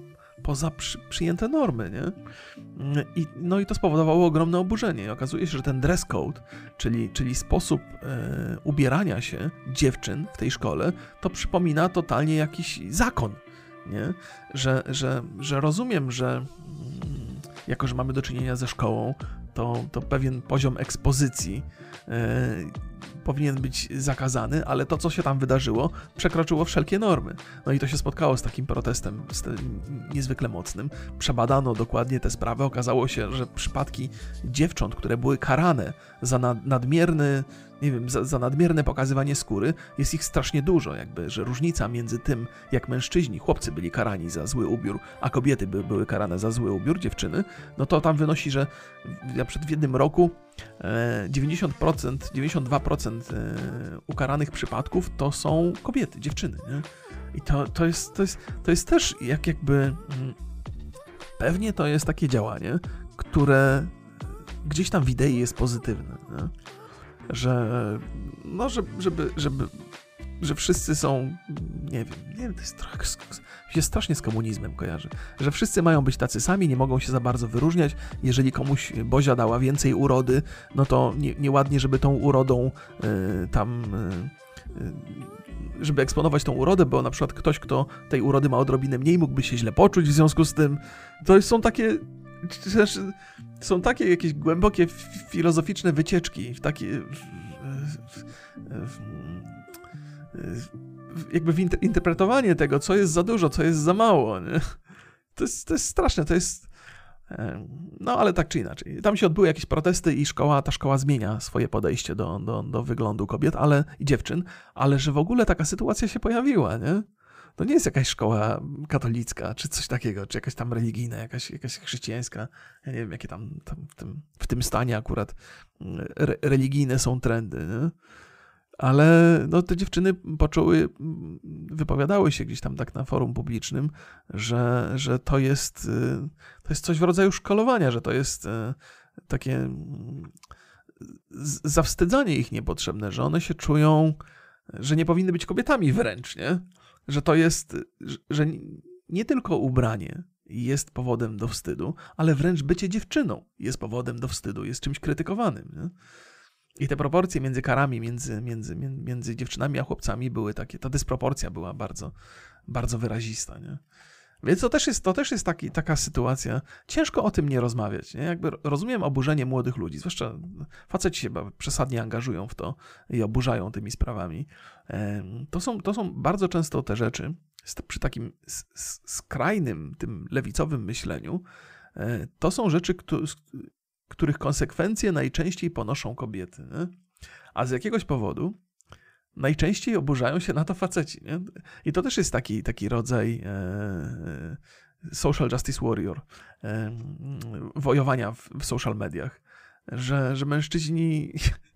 poza przy, przyjęte normy, nie? I, no i to spowodowało ogromne oburzenie. I okazuje się, że ten dress code, czyli, czyli sposób e, ubierania się dziewczyn w tej szkole, to przypomina totalnie jakiś zakon, nie? Że, że, że rozumiem, że mm, jako, że mamy do czynienia ze szkołą, to, to pewien poziom ekspozycji e, powinien być zakazany, ale to, co się tam wydarzyło, przekroczyło wszelkie normy. No i to się spotkało z takim protestem niezwykle mocnym. Przebadano dokładnie tę sprawę. Okazało się, że przypadki dziewcząt, które były karane za nadmierny, nie wiem, za, za nadmierne pokazywanie skóry, jest ich strasznie dużo, jakby, że różnica między tym, jak mężczyźni, chłopcy byli karani za zły ubiór, a kobiety by, były karane za zły ubiór, dziewczyny, no to tam wynosi, że na przykład w jednym roku dziewięćdziesiąt procent, dziewięćdziesiąt dwa procent ukaranych przypadków to są kobiety, dziewczyny, nie? I to, to, jest, to, jest, to jest też jak jakby pewnie to jest takie działanie, które gdzieś tam w idei jest pozytywne, nie? Że no, żeby, żeby, żeby że wszyscy są, nie wiem, nie wiem, to jest trochę, się strasznie z komunizmem kojarzy, że wszyscy mają być tacy sami, nie mogą się za bardzo wyróżniać, jeżeli komuś Bozia dała więcej urody, no to nie, nieładnie, żeby tą urodą y, tam, y, y, żeby eksponować tą urodę, bo na przykład ktoś, kto tej urody ma odrobinę mniej, mógłby się źle poczuć w związku z tym. To są takie, są takie jakieś głębokie filozoficzne wycieczki, w takie w, w, w, jakby w inter- interpretowanie tego, co jest za dużo, co jest za mało, nie? To jest, to jest straszne, to jest... No, ale tak czy inaczej. Tam się odbyły jakieś protesty i szkoła, ta szkoła zmienia swoje podejście do, do, do wyglądu kobiet ale, i dziewczyn, ale że w ogóle taka sytuacja się pojawiła, nie? To nie jest jakaś szkoła katolicka, czy coś takiego, czy jakaś tam religijna, jakaś, jakaś chrześcijańska, ja nie wiem, jakie tam, tam w, tym, w tym stanie akurat re- religijne są trendy, nie? Ale no, te dziewczyny poczęły, wypowiadały się gdzieś tam tak na forum publicznym, że, że to jest, to jest coś w rodzaju szkolowania, że to jest takie zawstydzanie ich niepotrzebne, że one się czują, że nie powinny być kobietami wręcz, nie? Że to jest, że nie tylko ubranie jest powodem do wstydu, ale wręcz bycie dziewczyną jest powodem do wstydu, jest czymś krytykowanym, nie? I te proporcje między karami, między, między, między dziewczynami a chłopcami były takie, ta dysproporcja była bardzo, bardzo wyrazista, nie? Więc to też jest, to też jest taki, taka sytuacja, ciężko o tym nie rozmawiać, nie? Jakby rozumiem oburzenie młodych ludzi, zwłaszcza faceci się przesadnie angażują w to i oburzają tymi sprawami. To są, to są bardzo często te rzeczy, przy takim skrajnym, tym lewicowym myśleniu, to są rzeczy, które których konsekwencje najczęściej ponoszą kobiety, nie? A z jakiegoś powodu najczęściej oburzają się na to faceci, nie? I to też jest taki, taki rodzaj e, social justice warrior, e, wojowania w, w social mediach, że, że mężczyźni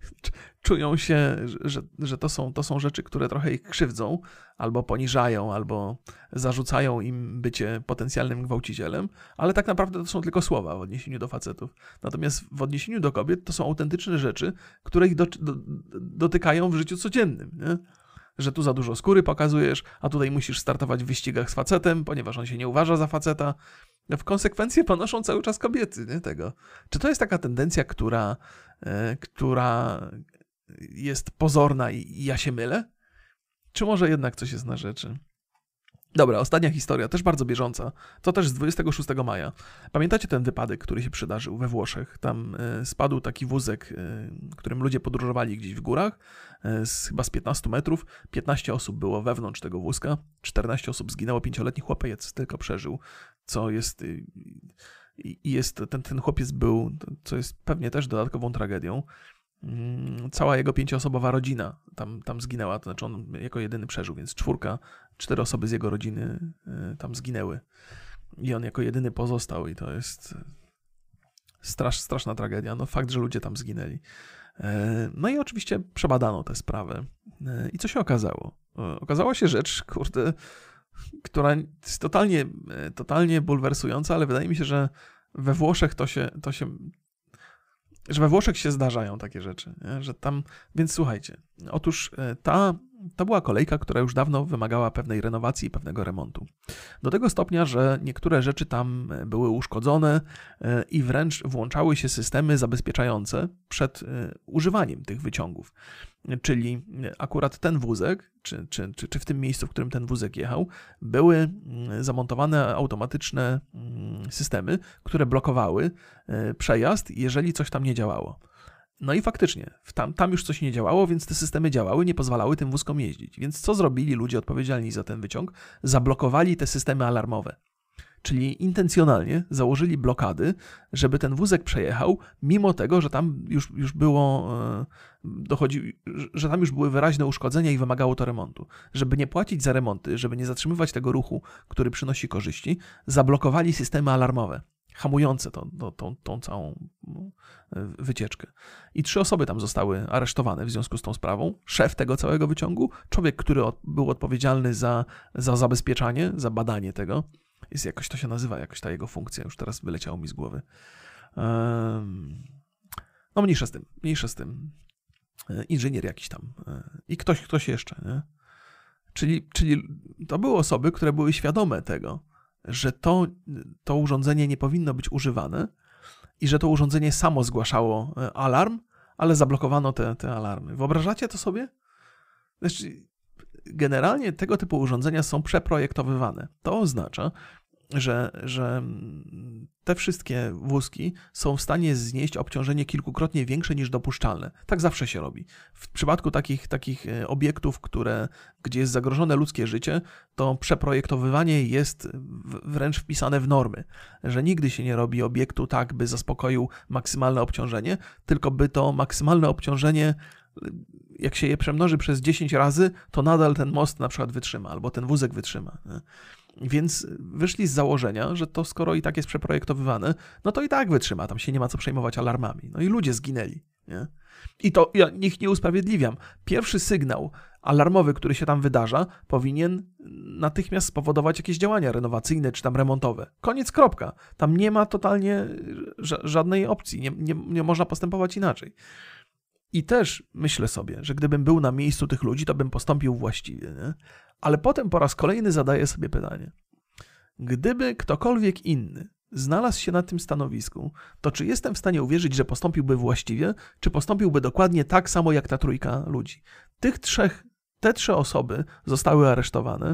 czują się, że, że to, są, to są rzeczy, które trochę ich krzywdzą, albo poniżają, albo zarzucają im bycie potencjalnym gwałcicielem, ale tak naprawdę to są tylko słowa w odniesieniu do facetów. Natomiast w odniesieniu do kobiet to są autentyczne rzeczy, które ich do, do, dotykają w życiu codziennym, nie? Że tu za dużo skóry pokazujesz, a tutaj musisz startować w wyścigach z facetem, ponieważ on się nie uważa za faceta. W konsekwencje ponoszą cały czas kobiety, nie? Tego. Czy to jest taka tendencja, która, e, która jest pozorna i, i ja się mylę? Czy może jednak coś jest na rzeczy? Dobra, ostatnia historia, też bardzo bieżąca. To też z dwudziestego szóstego maja. Pamiętacie ten wypadek, który się przydarzył we Włoszech? Tam y, spadł taki wózek, y, którym ludzie podróżowali gdzieś w górach, y, z, chyba z piętnastu metrów. piętnaście osób było wewnątrz tego wózka, czternaście osób zginęło, pięcioletni chłopiec tylko przeżył, co jest... Y, i jest ten, ten chłopiec był, co jest pewnie też dodatkową tragedią. Cała jego pięcioosobowa rodzina tam, tam zginęła, to znaczy on jako jedyny przeżył, więc czwórka, cztery osoby z jego rodziny tam zginęły i on jako jedyny pozostał i to jest strasz, straszna tragedia, no fakt, że ludzie tam zginęli. No i oczywiście przebadano tę sprawę i co się okazało? Okazała się rzecz, kurde, która jest totalnie, totalnie bulwersująca, ale wydaje mi się, że we Włoszech to się, to się że we Włoszech się zdarzają takie rzeczy, nie? Że tam, więc słuchajcie, otóż ta to była kolejka, która już dawno wymagała pewnej renowacji i pewnego remontu. Do tego stopnia, że niektóre rzeczy tam były uszkodzone i wręcz włączały się systemy zabezpieczające przed używaniem tych wyciągów. Czyli akurat ten wózek, czy, czy, czy, czy w tym miejscu, w którym ten wózek jechał, były zamontowane automatyczne systemy, które blokowały przejazd, jeżeli coś tam nie działało. No i faktycznie, tam, tam już coś nie działało, więc te systemy działały, nie pozwalały tym wózkom jeździć. Więc co zrobili ludzie odpowiedzialni za ten wyciąg? Zablokowali te systemy alarmowe. Czyli intencjonalnie założyli blokady, żeby ten wózek przejechał, mimo tego, że tam już, już było, dochodzi, że tam już były wyraźne uszkodzenia i wymagało to remontu. Żeby nie płacić za remonty, żeby nie zatrzymywać tego ruchu, który przynosi korzyści, zablokowali systemy alarmowe, hamujące to, to, tą, tą całą wycieczkę. I trzy osoby tam zostały aresztowane w związku z tą sprawą. Szef tego całego wyciągu, człowiek, który od, był odpowiedzialny za, za zabezpieczanie, za badanie tego. Jest jakoś to się nazywa, jakoś ta jego funkcja, już teraz wyleciało mi z głowy. Um, no mniejsza z tym, mniejsza z tym. Inżynier jakiś tam. I ktoś, ktoś jeszcze, nie? Czyli, czyli to były osoby, które były świadome tego, że to, to urządzenie nie powinno być używane i że to urządzenie samo zgłaszało alarm, ale zablokowano te, te alarmy. Wyobrażacie to sobie? Znaczy, generalnie tego typu urządzenia są przeprojektowywane. To oznacza, że, że te wszystkie wózki są w stanie znieść obciążenie kilkukrotnie większe niż dopuszczalne. Tak zawsze się robi. W przypadku takich, takich obiektów, które, gdzie jest zagrożone ludzkie życie, to przeprojektowywanie jest wręcz wpisane w normy, że nigdy się nie robi obiektu tak, by zaspokoił maksymalne obciążenie, tylko by to maksymalne obciążenie, jak się je przemnoży przez dziesięć razy, to nadal ten most na przykład wytrzyma, albo ten wózek wytrzyma. Nie? Więc wyszli z założenia, że to skoro i tak jest przeprojektowywane, no to i tak wytrzyma, tam się nie ma co przejmować alarmami. No i ludzie zginęli. Nie? I to ja ich nie usprawiedliwiam. Pierwszy sygnał alarmowy, który się tam wydarza, powinien natychmiast spowodować jakieś działania renowacyjne czy tam remontowe. Koniec, kropka. Tam nie ma totalnie żadnej opcji, nie, nie, nie można postępować inaczej. I też myślę sobie, że gdybym był na miejscu tych ludzi, to bym postąpił właściwie. Nie? Ale potem po raz kolejny zadaję sobie pytanie. Gdyby ktokolwiek inny znalazł się na tym stanowisku, to czy jestem w stanie uwierzyć, że postąpiłby właściwie, czy postąpiłby dokładnie tak samo jak ta trójka ludzi? Tych trzech, te trzy osoby zostały aresztowane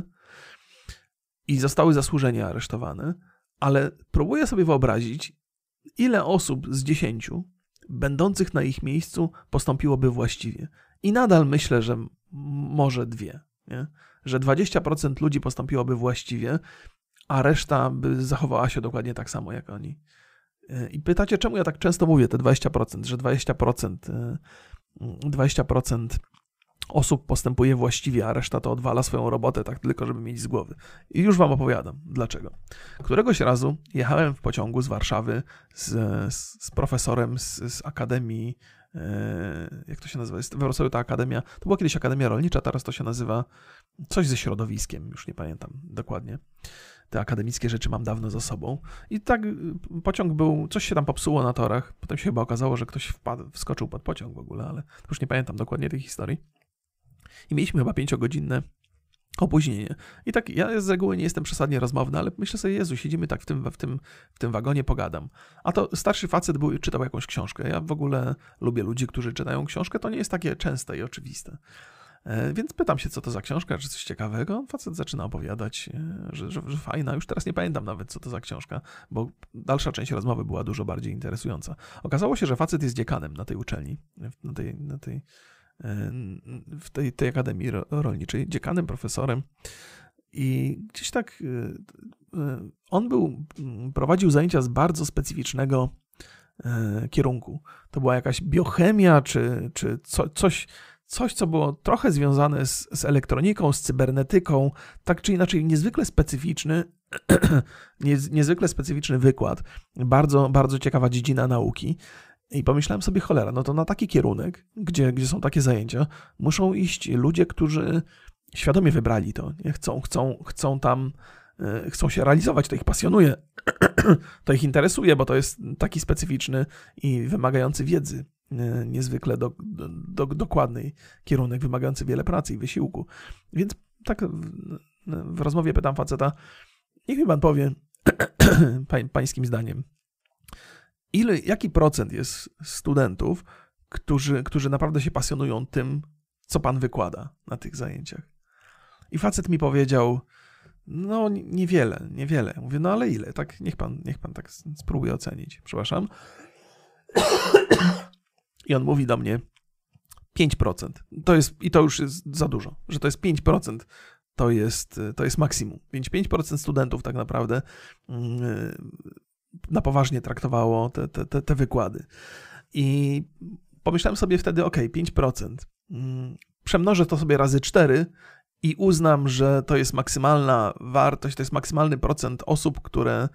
i zostały zasłużenie aresztowane, ale próbuję sobie wyobrazić, ile osób z dziesięciu będących na ich miejscu postąpiłoby właściwie. I nadal myślę, że m- może dwie. Nie? Że dwadzieścia procent ludzi postąpiłoby właściwie, a reszta by zachowała się dokładnie tak samo jak oni. I pytacie, czemu ja tak często mówię te dwadzieścia procent, że dwadzieścia procent, dwadzieścia procent osób postępuje właściwie, a reszta to odwala swoją robotę tak tylko, żeby mieć z głowy. I już wam opowiadam, dlaczego. Któregoś razu jechałem w pociągu z Warszawy z, z, z profesorem z, z Akademii, e, jak to się nazywa? Jest w Wrocławiu ta Akademia, to była kiedyś Akademia Rolnicza, teraz to się nazywa coś ze środowiskiem, już nie pamiętam dokładnie. Te akademickie rzeczy mam dawno za sobą. I tak pociąg był, coś się tam popsuło na torach, potem się chyba okazało, że ktoś wpadł, wskoczył pod pociąg w ogóle, ale już nie pamiętam dokładnie tej historii. I mieliśmy chyba pięciogodzinne opóźnienie. I tak ja z reguły nie jestem przesadnie rozmowny, ale myślę sobie, Jezu, siedzimy tak w tym, w tym, w tym wagonie, pogadam. A to starszy facet był, czytał jakąś książkę. Ja w ogóle lubię ludzi, którzy czytają książkę, to nie jest takie częste i oczywiste. Więc pytam się, co to za książka, czy coś ciekawego. Facet zaczyna opowiadać, że, że, że fajna. Już teraz nie pamiętam nawet, co to za książka, bo dalsza część rozmowy była dużo bardziej interesująca. Okazało się, że facet jest dziekanem na tej uczelni, na tej, na tej, w tej, tej Akademii Rolniczej, dziekanem, profesorem. I gdzieś tak on był, prowadził zajęcia z bardzo specyficznego kierunku. To była jakaś biochemia, czy, czy co, coś... Coś, co było trochę związane z, z elektroniką, z cybernetyką, tak czy inaczej niezwykle specyficzny, niez, niezwykle specyficzny wykład, bardzo, bardzo ciekawa dziedzina nauki. I pomyślałem sobie, cholera, no to na taki kierunek, gdzie, gdzie są takie zajęcia, muszą iść ludzie, którzy świadomie wybrali to, nie? Chcą, chcą, chcą tam, chcą się realizować, to ich pasjonuje, to ich interesuje, bo to jest taki specyficzny i wymagający wiedzy niezwykle do, do, do, dokładny kierunek, wymagający wiele pracy i wysiłku. Więc tak w, w rozmowie pytam faceta, niech mi pan powie pań, pańskim zdaniem, ile, jaki procent jest studentów, którzy, którzy naprawdę się pasjonują tym, co pan wykłada na tych zajęciach. I facet mi powiedział, no niewiele, niewiele. Mówię, no ale ile? Tak, niech pan, niech pan tak spróbuje ocenić. Przepraszam. I on mówi do mnie pięć procent. To jest, i to już jest za dużo, że to jest pięć procent. To jest, to jest maksimum. Więc pięć procent studentów tak naprawdę na poważnie traktowało te, te, te, te wykłady. I pomyślałem sobie wtedy, ok, pięć procent. Przemnożę to sobie razy cztery i uznam, że to jest maksymalna wartość, to jest maksymalny procent osób, które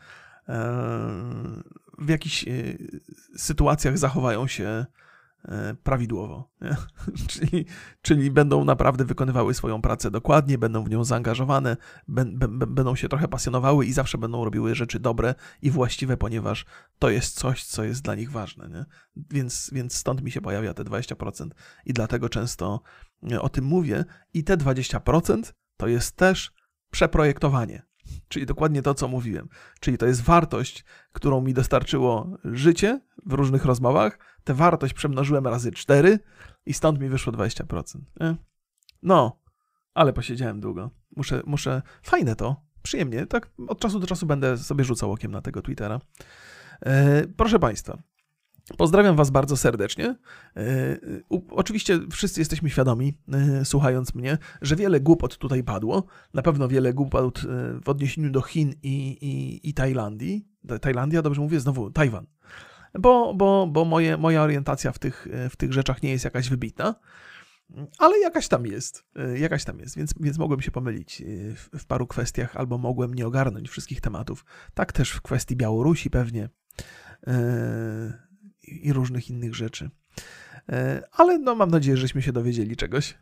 w jakichś sytuacjach zachowają się prawidłowo. Nie? czyli, czyli będą naprawdę wykonywały swoją pracę dokładnie, będą w nią zaangażowane, ben, ben, będą się trochę pasjonowały i zawsze będą robiły rzeczy dobre i właściwe, ponieważ to jest coś, co jest dla nich ważne. Nie? Więc, więc stąd mi się pojawia te dwadzieścia procent i dlatego często o tym mówię. I te dwadzieścia procent to jest też przeprojektowanie. Czyli dokładnie to, co mówiłem. Czyli to jest wartość, którą mi dostarczyło życie w różnych rozmowach. Tę wartość przemnożyłem razy cztery i stąd mi wyszło dwadzieścia procent. Nie? No, ale posiedziałem długo. Muszę, muszę... Fajne to, przyjemnie. Tak od czasu do czasu będę sobie rzucał okiem na tego Twittera. E, proszę Państwa, pozdrawiam Was bardzo serdecznie. U, oczywiście wszyscy jesteśmy świadomi, y, słuchając mnie, że wiele głupot tutaj padło. Na pewno wiele głupot y, w odniesieniu do Chin i, i, i Tajlandii. Tajlandia, dobrze mówię? Znowu Tajwan. Bo, bo, bo moje, moja orientacja w tych, w tych rzeczach nie jest jakaś wybitna, ale jakaś tam jest. Y, jakaś tam jest, więc, więc mogłem się pomylić w, w paru kwestiach, albo mogłem nie ogarnąć wszystkich tematów. Tak też w kwestii Białorusi pewnie. Y, i różnych innych rzeczy. Ale no mam nadzieję, żeśmy się dowiedzieli czegoś.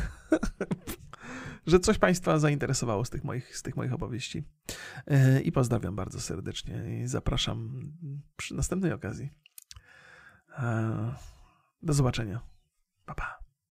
Że coś Państwa zainteresowało z tych moich, z tych moich opowieści. I pozdrawiam bardzo serdecznie i zapraszam przy następnej okazji. Do zobaczenia. Pa, pa.